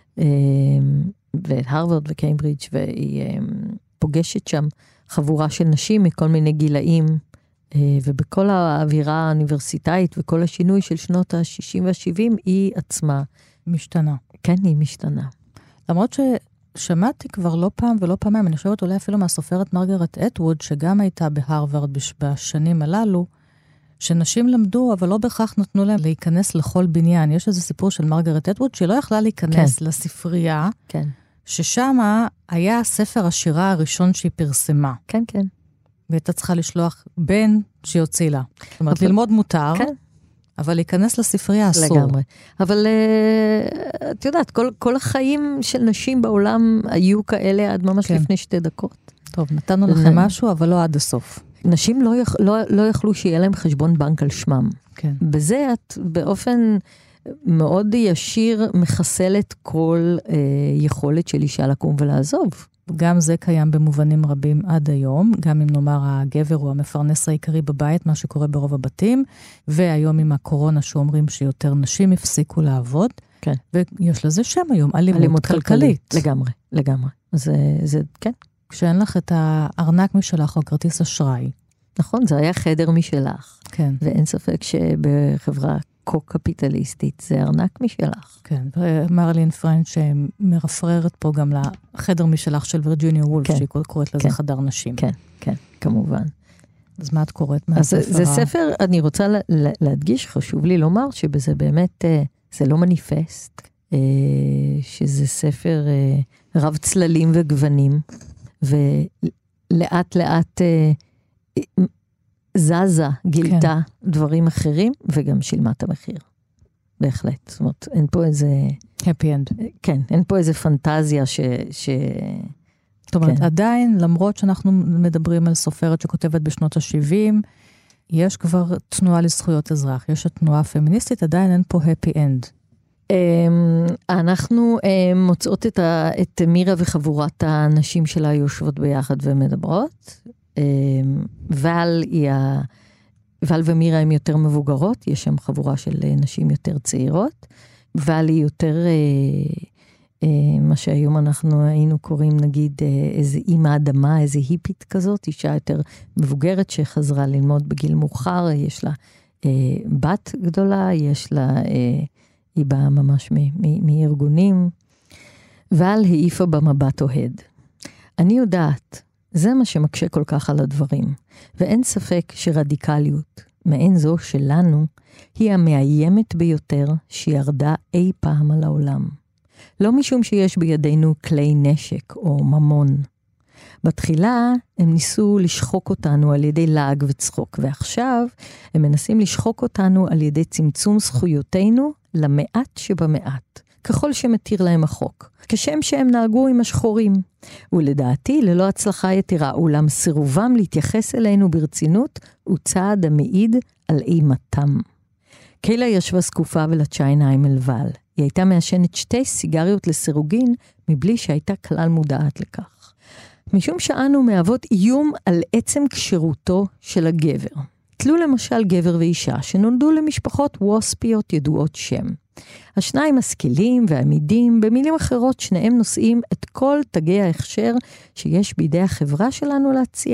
ואת הרווארד וקיימברידג', והיא פוגשת שם חבורה של נשים מכל מיני גילאים, ובכל האווירה האוניברסיטאית וכל השינוי של שנות ה-שישים וה-שבעים, היא עצמה משתנה. כן, היא משתנה. למרות ששמעתי כבר לא פעם ולא פעמיים, אני חושבת אולי אפילו מהסופרת מרגרט אטווד, שגם הייתה בהרווארד בשנים הללו, שנשים למדו, אבל לא בהכרח נתנו להם להיכנס לכל בניין. יש איזה סיפור של מרגרט אטווד, שהיא לא יכלה להיכנס כן. לספרייה, כן. ששם היה ספר השירה הראשון שהיא פרסמה. כן, כן. והייתה צריכה לשלוח בן שיוציא לה. זאת אומרת, אבל... ללמוד מותר, כן. אבל להיכנס לספרייה אסור. לגמרי. אבל uh, את יודעת, כל, כל החיים של נשים בעולם היו כאלה עד ממש כן. לפני שתי דקות. טוב, נתנו לכם משהו, אבל לא עד הסוף. נשים לא, יכ, לא, לא יכלו שיהיה להם חשבון בנק על שמם. כן. בזה את באופן מאוד ישיר מחסלת כל אה, יכולת של אישה לקום ולעזוב. גם זה קיים במובנים רבים עד היום, גם אם נאמר הגבר הוא המפרנס העיקרי בבית, מה שקורה ברוב הבתים, והיום עם הקורונה שאומרים שיותר נשים הפסיקו לעבוד, כן. ויש לזה שם היום, אלימות, אלימות כלכלית. כלכלית. לגמרי, לגמרי. אז זה, כן. כשאין לך את הארנק משלך או כרטיס אשראי. נכון, זה היה חדר משלך. כן. ואין ספק שבחברה קו-קפיטליסטית זה ארנק משלך. כן, ומרלין פרנץ' שמרפררת פה גם לחדר משלך של וירג'יניה וולף, כן. שהיא קוראת לזה כן. חדר נשים. כן, כן, כמובן. אז מה את קוראת מהספר? אז זה ספר, אני רוצה להדגיש, חשוב לי לומר שבזה באמת, זה לא מניפסט, שזה ספר רב צללים וגוונים, ולאט לאט זזה, גילתה כן. דברים אחרים, וגם שילמה את המחיר. בהחלט. זאת אומרת, אין פה איזה... happy end. כן, אין פה איזה פנטזיה ש... ש... זאת אומרת, כן. עדיין, למרות שאנחנו מדברים על סופרת שכותבת בשנות ה-שבעים, יש כבר תנועה לזכויות אזרח, יש התנועה הפמיניסטית, עדיין אין פה happy end. אנחנו מוצאות את, ה... את מירה וחבורת הנשים שלה יושבות ביחד ומדברות, ואל היא ה... ואל ומירה הן יותר מבוגרות, יש שם חבורה של נשים יותר צעירות, ואל היא יותר, מה שהיום אנחנו היינו קוראים נגיד איזה אימא אדמה, איזה היפית כזאת, אישה יותר מבוגרת שחזרה ללמוד בגיל מאוחר, יש לה בת גדולה, יש לה, היא באה ממש מארגונים, ואל העיפה במבט אוהד. אני יודעת, זה מה שמקשה כל כך על הדברים, ואין ספק שרדיקליות, מעין זו שלנו, היא המאיימת ביותר שירדה אי פעם על העולם. לא משום שיש בידינו כלי נשק או ממון. בתחילה הם ניסו לשחוק אותנו על ידי לעג וצחוק, ועכשיו הם מנסים לשחוק אותנו על ידי צמצום זכויותינו למעט שבמעט, ככל שמתיר להם החוק. כשם שהם נהגו עם השחורים, ולדעתי ללא הצלחה יתרה, אולם סירובם להתייחס אלינו ברצינות, הוא צעד המעיד על אימתם. קיילה ישבה סקופה ולטשה עיניים אל ואל. היא הייתה מעשנת שתי סיגריות לסירוגין, מבלי שהייתה כלל מודעת לכך. משום שאנו מהוות איום על עצם קשירותו של הגבר. תלו למשל גבר ואישה שנולדו למשפחות ווספיות ידועות שם. השניים משכילים ועמידים, במילים אחרות שניהם נושאים את כל תגי ההכשר שיש בידי החברה שלנו להציע.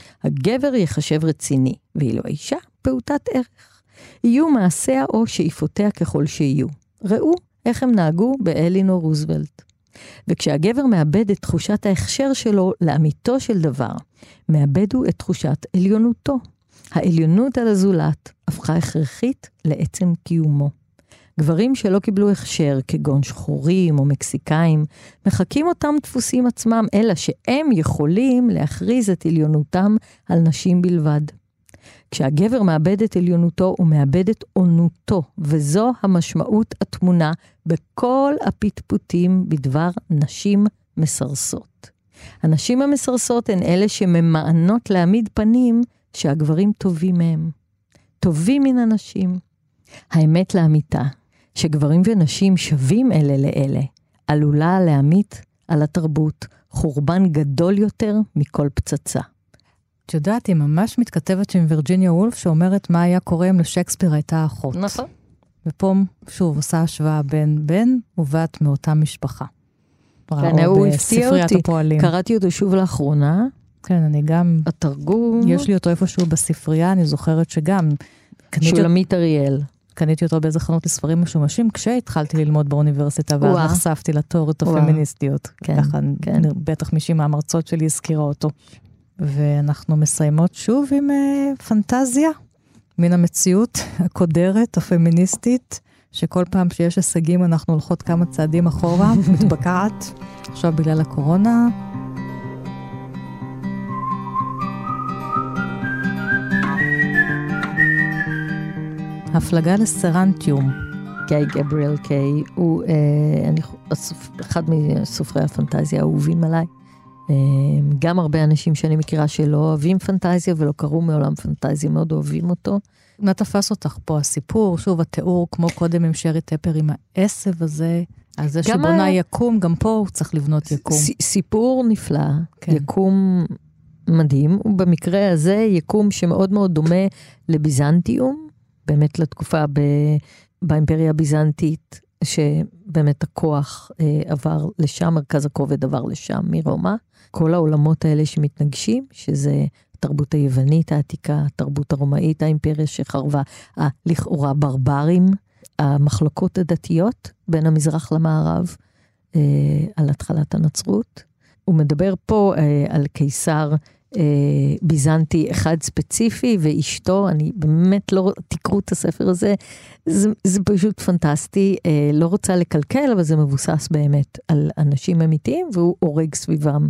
הגבר יחשב רציני, ואילו האישה פעוטת ערך. יהיו מעשיה או שאיפותיה ככל שיהיו. ראו איך הם נהגו באלינור רוזוולט. וכשהגבר מאבד את תחושת ההכשר שלו לאמיתו של דבר, מאבדו את תחושת עליונותו. העליונות על הזולת הפכה הכרחית לעצם קיומו. גברים שלא קיבלו הכשר, כגון שחורים או מקסיקאים, מחקים אותם דפוסים עצמם, אלא שהם יכולים להכריז את עליונותם על נשים בלבד. כשהגבר מאבד את עליונותו, הוא מאבד את עונותו, וזו המשמעות התמונה בכל הפטפוטים בדבר נשים מסרסות. הנשים המסרסות הן אלה שממענות להעמיד פנים שהגברים טובים מהם. טובים מן הנשים. האמת לאמיתה, שגברים ונשים שווים אלה לאלה, עלולה להמיט על התרבות חורבן גדול יותר מכל פצצה. את יודעת, היא ממש מתכתבת עם וירג'יניה וולף, שאומרת מה היה קורה אם לשקספיר הייתה אחות. נכון. ופה, שוב, עושה השוואה בין בן ובת מאותה משפחה. כן, הוא הפתיע אותי. הפועלים. קראתי אותו שוב לאחרונה. כן, אני גם... התרגום... יש לי אותו איפשהו בספרייה, אני זוכרת שגם... שולמית אריאל. קניתי אותו באיזה חנות לספרים משומשים, כשהתחלתי ללמוד באוניברסיטה, ואז נחשפתי לתיאוריות הפמיניסטיות. כן, ככה, כן. בטח מישהי מהמרצות שלי הזכירה אותו. ואנחנו מסיימות שוב עם uh, פנטזיה, מן המציאות הקודרת, הפמיניסטית, שכל פעם שיש הישגים אנחנו הולכות כמה צעדים אחורה, מתבקעת, עכשיו בגלל הקורונה. הפלגה לסרנטיום. קיי גבריאל קיי, הוא אה, אני, אחד מסופרי הפנטזיה האהובים עליי. אה, גם הרבה אנשים שאני מכירה שלא אוהבים פנטזיה ולא קראו מעולם פנטזיה, מאוד אוהבים אותו. מה תפס אותך פה? הסיפור, שוב התיאור, כמו קודם עם שרי טפר, עם העשב הזה, על זה שבונה ה... יקום, גם פה הוא צריך לבנות יקום. ס, סיפור נפלא, כן. יקום מדהים, ובמקרה הזה יקום שמאוד מאוד דומה לביזנטיום, באמת לתקופה ב... באימפריה הביזנטית, שבאמת הכוח אה, עבר לשם, מרכז הכובד עבר לשם מרומא. כל העולמות האלה שמתנגשים, שזה התרבות היוונית העתיקה, התרבות הרומאית, האימפריה שחרבה, לכאורה ברברים, המחלוקות הדתיות בין המזרח למערב, אה, על התחלת הנצרות. הוא מדבר פה אה, על קיסר אה, ביזנטי אחד ספציפי, ואשתו, אני באמת לא, תקראו את הספר הזה, זה, זה פשוט פנטסטי, אה, לא רוצה לקלקל, אבל זה מבוסס באמת על אנשים אמיתיים, והוא הורג סביבם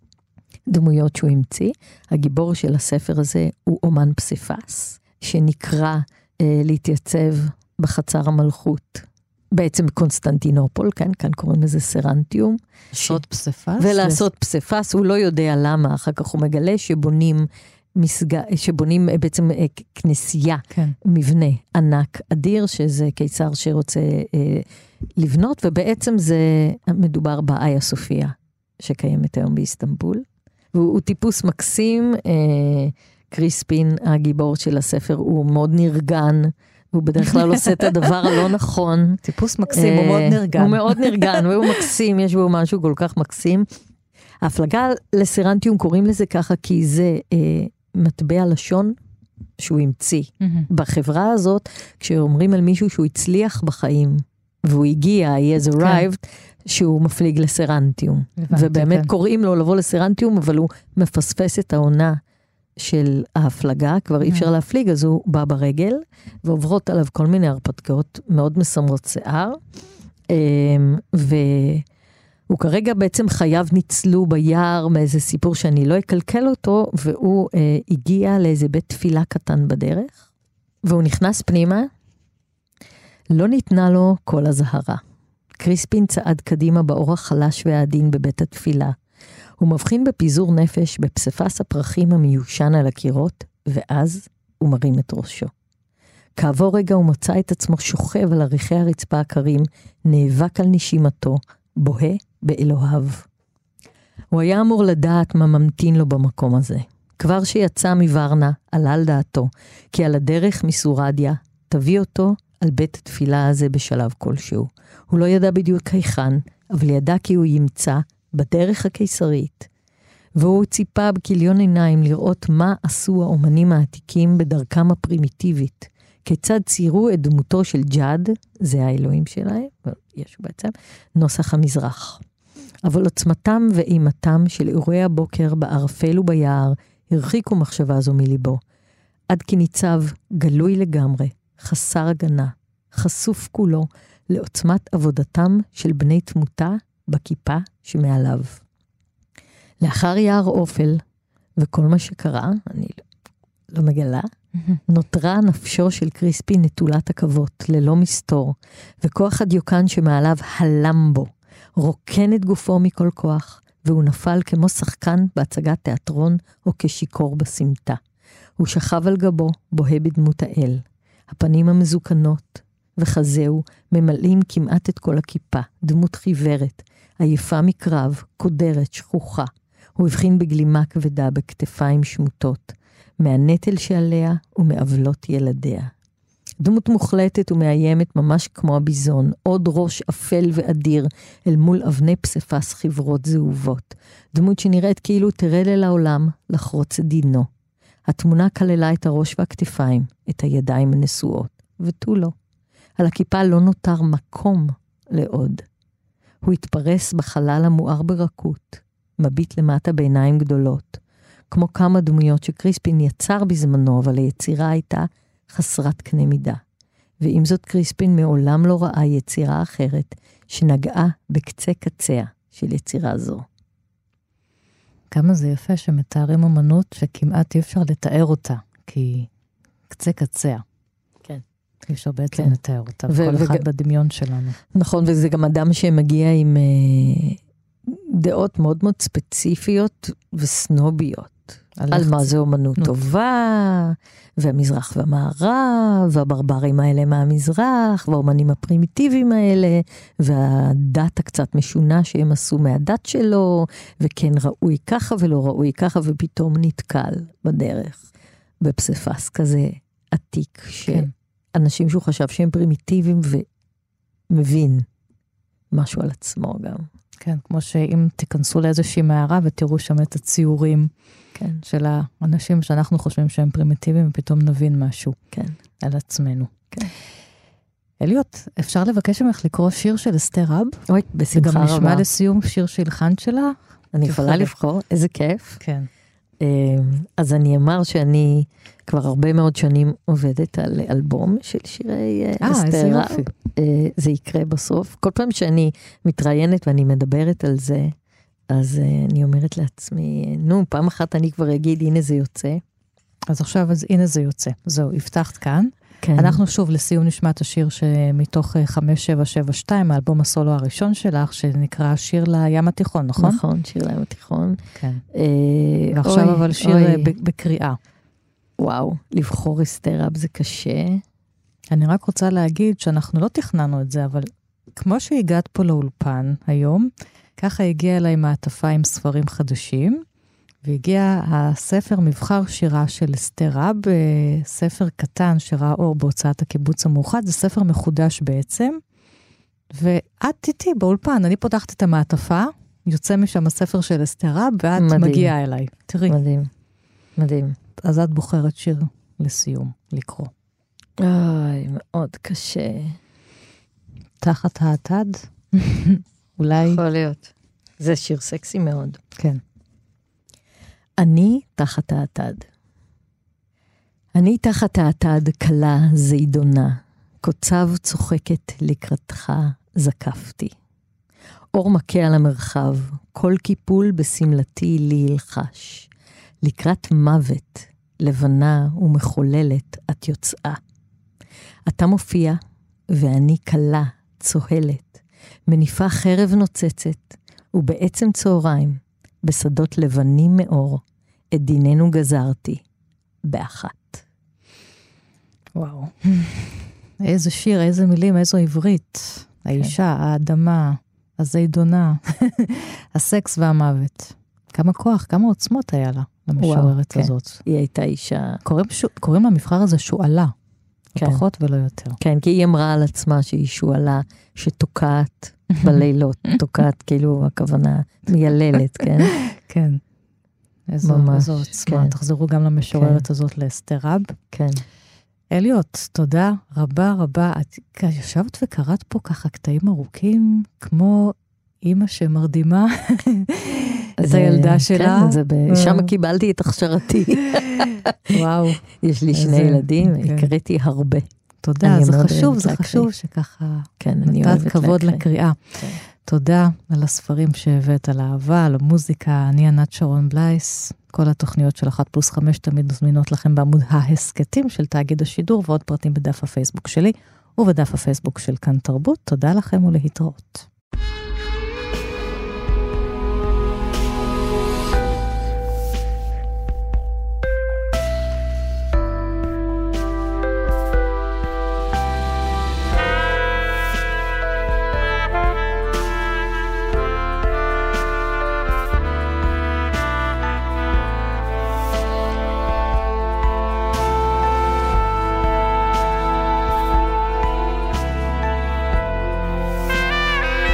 דמויות שהוא המציא. הגיבור של הספר הזה הוא אומן פסיפס, שנקרא אה, להתייצב בחצר המלכות, בעצם קונסטנטינופול, כן, כאן קוראים לזה סרנטיום. לעשות פסיפס? ולעשות פסיפס, הוא לא יודע למה, אחר כך הוא מגלה שבונים, מסג... שבונים בעצם כנסייה, כן. מבנה ענק אדיר, שזה קיסר שרוצה אה, לבנות, ובעצם זה מדובר באיה סופיה, שקיימת היום באיסטנבול. והוא טיפוס מקסים, אה, קריספין, הגיבור של הספר, הוא מאוד נרגן, הוא בדרך כלל עושה את הדבר הלא נכון. טיפוס מקסים, הוא מאוד נרגן. הוא מאוד נרגן, והוא מקסים, יש בו משהו כל כך מקסים. ההפלגה לסרנטיום קוראים לזה ככה, כי זה אה, מטבע לשון שהוא המציא. בחברה הזאת, כשאומרים על מישהו שהוא הצליח בחיים, והוא הגיע, he has arrived, שהוא מפליג לסרנטיום. ובאמת קוראים לו לבוא לסרנטיום, אבל הוא מפספס את העונה של ההפלגה, כבר אי אפשר להפליג, אז הוא בא ברגל, ועוברות עליו כל מיני הרפתקאות מאוד מסמרות שיער, והוא כרגע בעצם חייו ניצלו ביער מאיזה סיפור שאני לא אקלקל אותו, והוא הגיע לאיזה בית תפילה קטן בדרך, והוא נכנס פנימה, לא ניתנה לו כל הזהרה. קריספין צעד קדימה באורח חלש והעדין בבית התפילה, הוא מבחין בפיזור נפש בפספס הפרחים המיושן על הקירות, ואז הוא מרים את ראשו. כעבור רגע הוא מצא את עצמו שוכב על עריכי הרצפה הקרים, נאבק על נשימתו, בוהה באלוהיו. הוא היה אמור לדעת מה ממתין לו במקום הזה. כבר שיצא מוורנה, עלה על דעתו, כי על הדרך מסורדיה, תביא אותו על בית התפילה הזה בשלב כלשהו. הוא לא ידע בדיוק היכן, אבל ידע כי הוא ימצא בדרך הקיסרית, והוא ציפה בכיליון עיניים לראות מה עשו האומנים העתיקים בדרכם הפרימיטיבית, כיצד ציירו את דמותו של ג'אד, זה האלוהים שלהם, יש בעצם, נוסח המזרח. אבל עוצמתם ואימתם של אירועי הבוקר בערפל וביער, הרחיקו מחשבה זו מליבו, עד כי ניצב גלוי לגמרי, חסר הגנה, חשוף כולו, לעוצמת עבודתם של בני תמותה, בכיפה שמעליו. לאחר יער אופל, וכל מה שקרה, אני לא מגלה, נותרה נפשו של קריספין נטולת עכבות, ללא מסתור, וכוח הדיוקן שמעליו הלם בו, רוקן את גופו מכל כוח, והוא נפל כמו שחקן בהצגת תיאטרון, או כשיקור בסמטה. הוא שכב על גבו, בוהה בדמות האל. הפנים המזוקנות, וחזהו, ממלאים כמעט את כל הכיפה, דמות חיוורת, עייפה מקרב, קודרת, שכוחה. הוא הבחין בגלימה כבדה בכתפיים שמוטות, מהנטל שעליה ומעוולות ילדיה. דמות מוחלטת ומאיימת ממש כמו הביזון, עוד ראש אפל ואדיר אל מול אבני פספס חברות זהובות. דמות שנראית כאילו תרד אל העולם לחרוץ את דינו. התמונה כללה את הראש והכתפיים, את הידיים הנשואות, ותו לא. על הכיפה לא נותר מקום לעוד. הוא התפרס בחלל המואר ברכות, מביט למטה בעיניים גדולות, כמו כמה דמויות שקריספין יצר בזמנו, אבל היצירה הייתה חסרת קנה מידה. ועם זאת קריספין מעולם לא ראה יצירה אחרת שנגעה בקצה קציה של יצירה זו. כמה זה יפה שמתארים אמנות שכמעט אי אפשר לתאר אותה, כי קצה קציה. כן. אי אפשר בעצם כן. לתאר אותה, ו- וכל וג- אחד בדמיון שלנו. נכון, וזה גם אדם שמגיע עם אה, דעות מאוד מאוד ספציפיות וסנוביות. על איך מה זה- זה אומנות נו. טובה, והמזרח והמערב, והברברים האלה מהמזרח, והאומנים הפרימיטיביים האלה, והדת הקצת משונה שהם עשו מהדת שלו, וכן ראוי ככה ולא ראוי ככה, ופתאום נתקל בדרך, בפספס כזה עתיק, כן. שאנשים שהוא חשב שהם פרימיטיביים, ומבין משהו על עצמו גם. כן, כמו שאם תיכנסו לאיזושהי מערה ותראו שם את הציורים כן, של האנשים שאנחנו חושבים שהם פרימיטיביים, ופתאום נבין משהו כן. על עצמנו. כן. אליות, אפשר לבקש ממך לקרוא שיר של אסתר רב? אוי, וגם בשמחה רבה. נשמע לסיום שיר שהלחנת שלה? אני יכולה תבחרי. לבחור, איזה כיף. כן. אז אני אמר שאני כבר הרבה מאוד שנים עובדת על אלבום של שירי אה, איזה אסתר רב. יופי. אה, זה יקרה בסוף. כל פעם שאני מתראיינת ואני מדברת על זה, אז אה, אני אומרת לעצמי, נו, פעם אחת אני כבר אגיד, הנה זה יוצא. אז עכשיו, אז הנה זה יוצא. זהו, הבטחת כאן. כן. אנחנו שוב לסיום נשמע את השיר שמתוך אה, חמש שבע שבע שתיים, האלבום הסולו הראשון שלך, שנקרא שיר לים התיכון, נכון? נכון, שיר לים התיכון. כן. אה, ועכשיו אוי, אבל שיר אוי, אה, ב- בקריאה. וואו, לבחור אסתר רב זה קשה. אני רק רוצה להגיד שאנחנו לא תכננו את זה, אבל כמו שהגעת פה לאולפן היום, ככה הגיעה אליי מעטפה עם ספרים חדשים, והגיע הספר מבחר שירה של אסתר רב, ספר קטן שראה אור בהוצאת הקיבוץ המאוחד, זה ספר מחודש בעצם, ואת איתי באולפן, אני פותחת את המעטפה, יוצא משם הספר של אסתר רב, ואת מדהים. מגיעה אליי. תראי, מדהים, מדהים. אז את בוחרת שיר לסיום, לקרוא. אוי, מאוד קשה. תחת האטד? אולי, יכול להיות. זה שיר סקסי מאוד. כן. אני תחת האטד. אני תחת האטד קלה זידונה, קוצב צוחקת לקראתך זקפתי. אור מכה על המרחב, כל קיפול בסמלתי לי ילחש. לקראת מוות, לבנה ומחוללת את יוצאה. אתה מופיע, ואני קלה, צוהלת, מניפה חרב נוצצת, ובעצם צהריים, בשדות לבנים מאור, את דיננו גזרתי, באחת. וואו. איזה שיר, איזה מילים, איזו עברית. האישה, האדמה, הזידונה, הסקס והמוות. כמה כוח, כמה עוצמות היה לה, למשוררת כן. הזאת. היא הייתה אישה... קוראים, שו, קוראים למבחר הזה שואלה. כן. לא פחות ולא יותר. כן, כי היא אמרה על עצמה שהיא שואלה שתוקעת בלילות, תוקעת כאילו הכוונה מייללת, כן? כן. איזו, ממש, איזו עוצמה. כן. תחזרו גם למשוררת הזאת לאסתר רב. כן. אליות, תודה רבה רבה. את ישבת וקראת פה ככה קטעים ארוכים, כמו אימא שמרדימה את זה- הילדה שלה. כן, זה ב... שם קיבלתי את הכשרתי. וואו, יש לי איזה- שני ילדים, כן. הקראתי הרבה. תודה, אני זה מאוד חשוב, אוהבת זה להקריא. חשוב שככה כן, אני נתת אוהבת כבוד להקריא. לקריאה. כן. תודה על הספרים שהבאת, על האהבה, על המוזיקה. אני ענת שרון בלייס. כל התוכניות של אחת פלוס חמש תמיד מזמינות לכם בעמוד ההסקטים של תאגיד השידור, ועוד פרטים בדף הפייסבוק שלי ובדף הפייסבוק של כאן תרבות. תודה לכם ולהתראות. Thank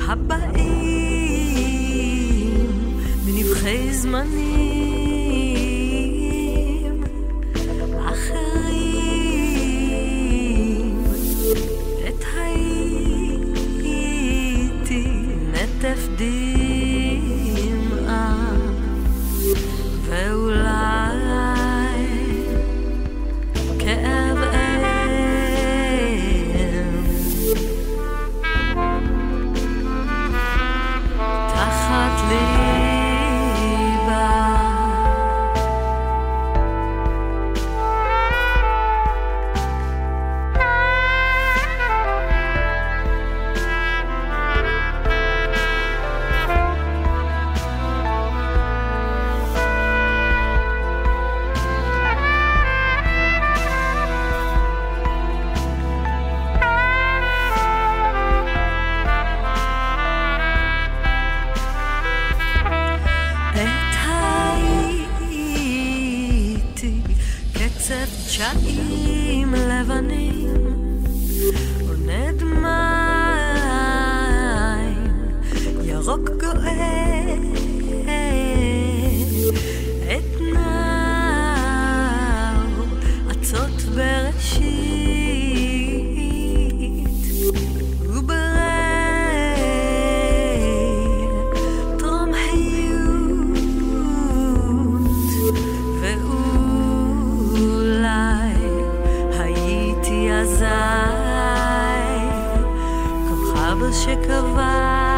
הבאים בנבחי זמנים אחרים את הייתי נטף דמעה ואולי כאב אם תחת ליבה צ'עים לבנים עונד מים ירוק גואל את נאו עצות בראשית וברי טרום חיות הייתי עזי כוכב שקבע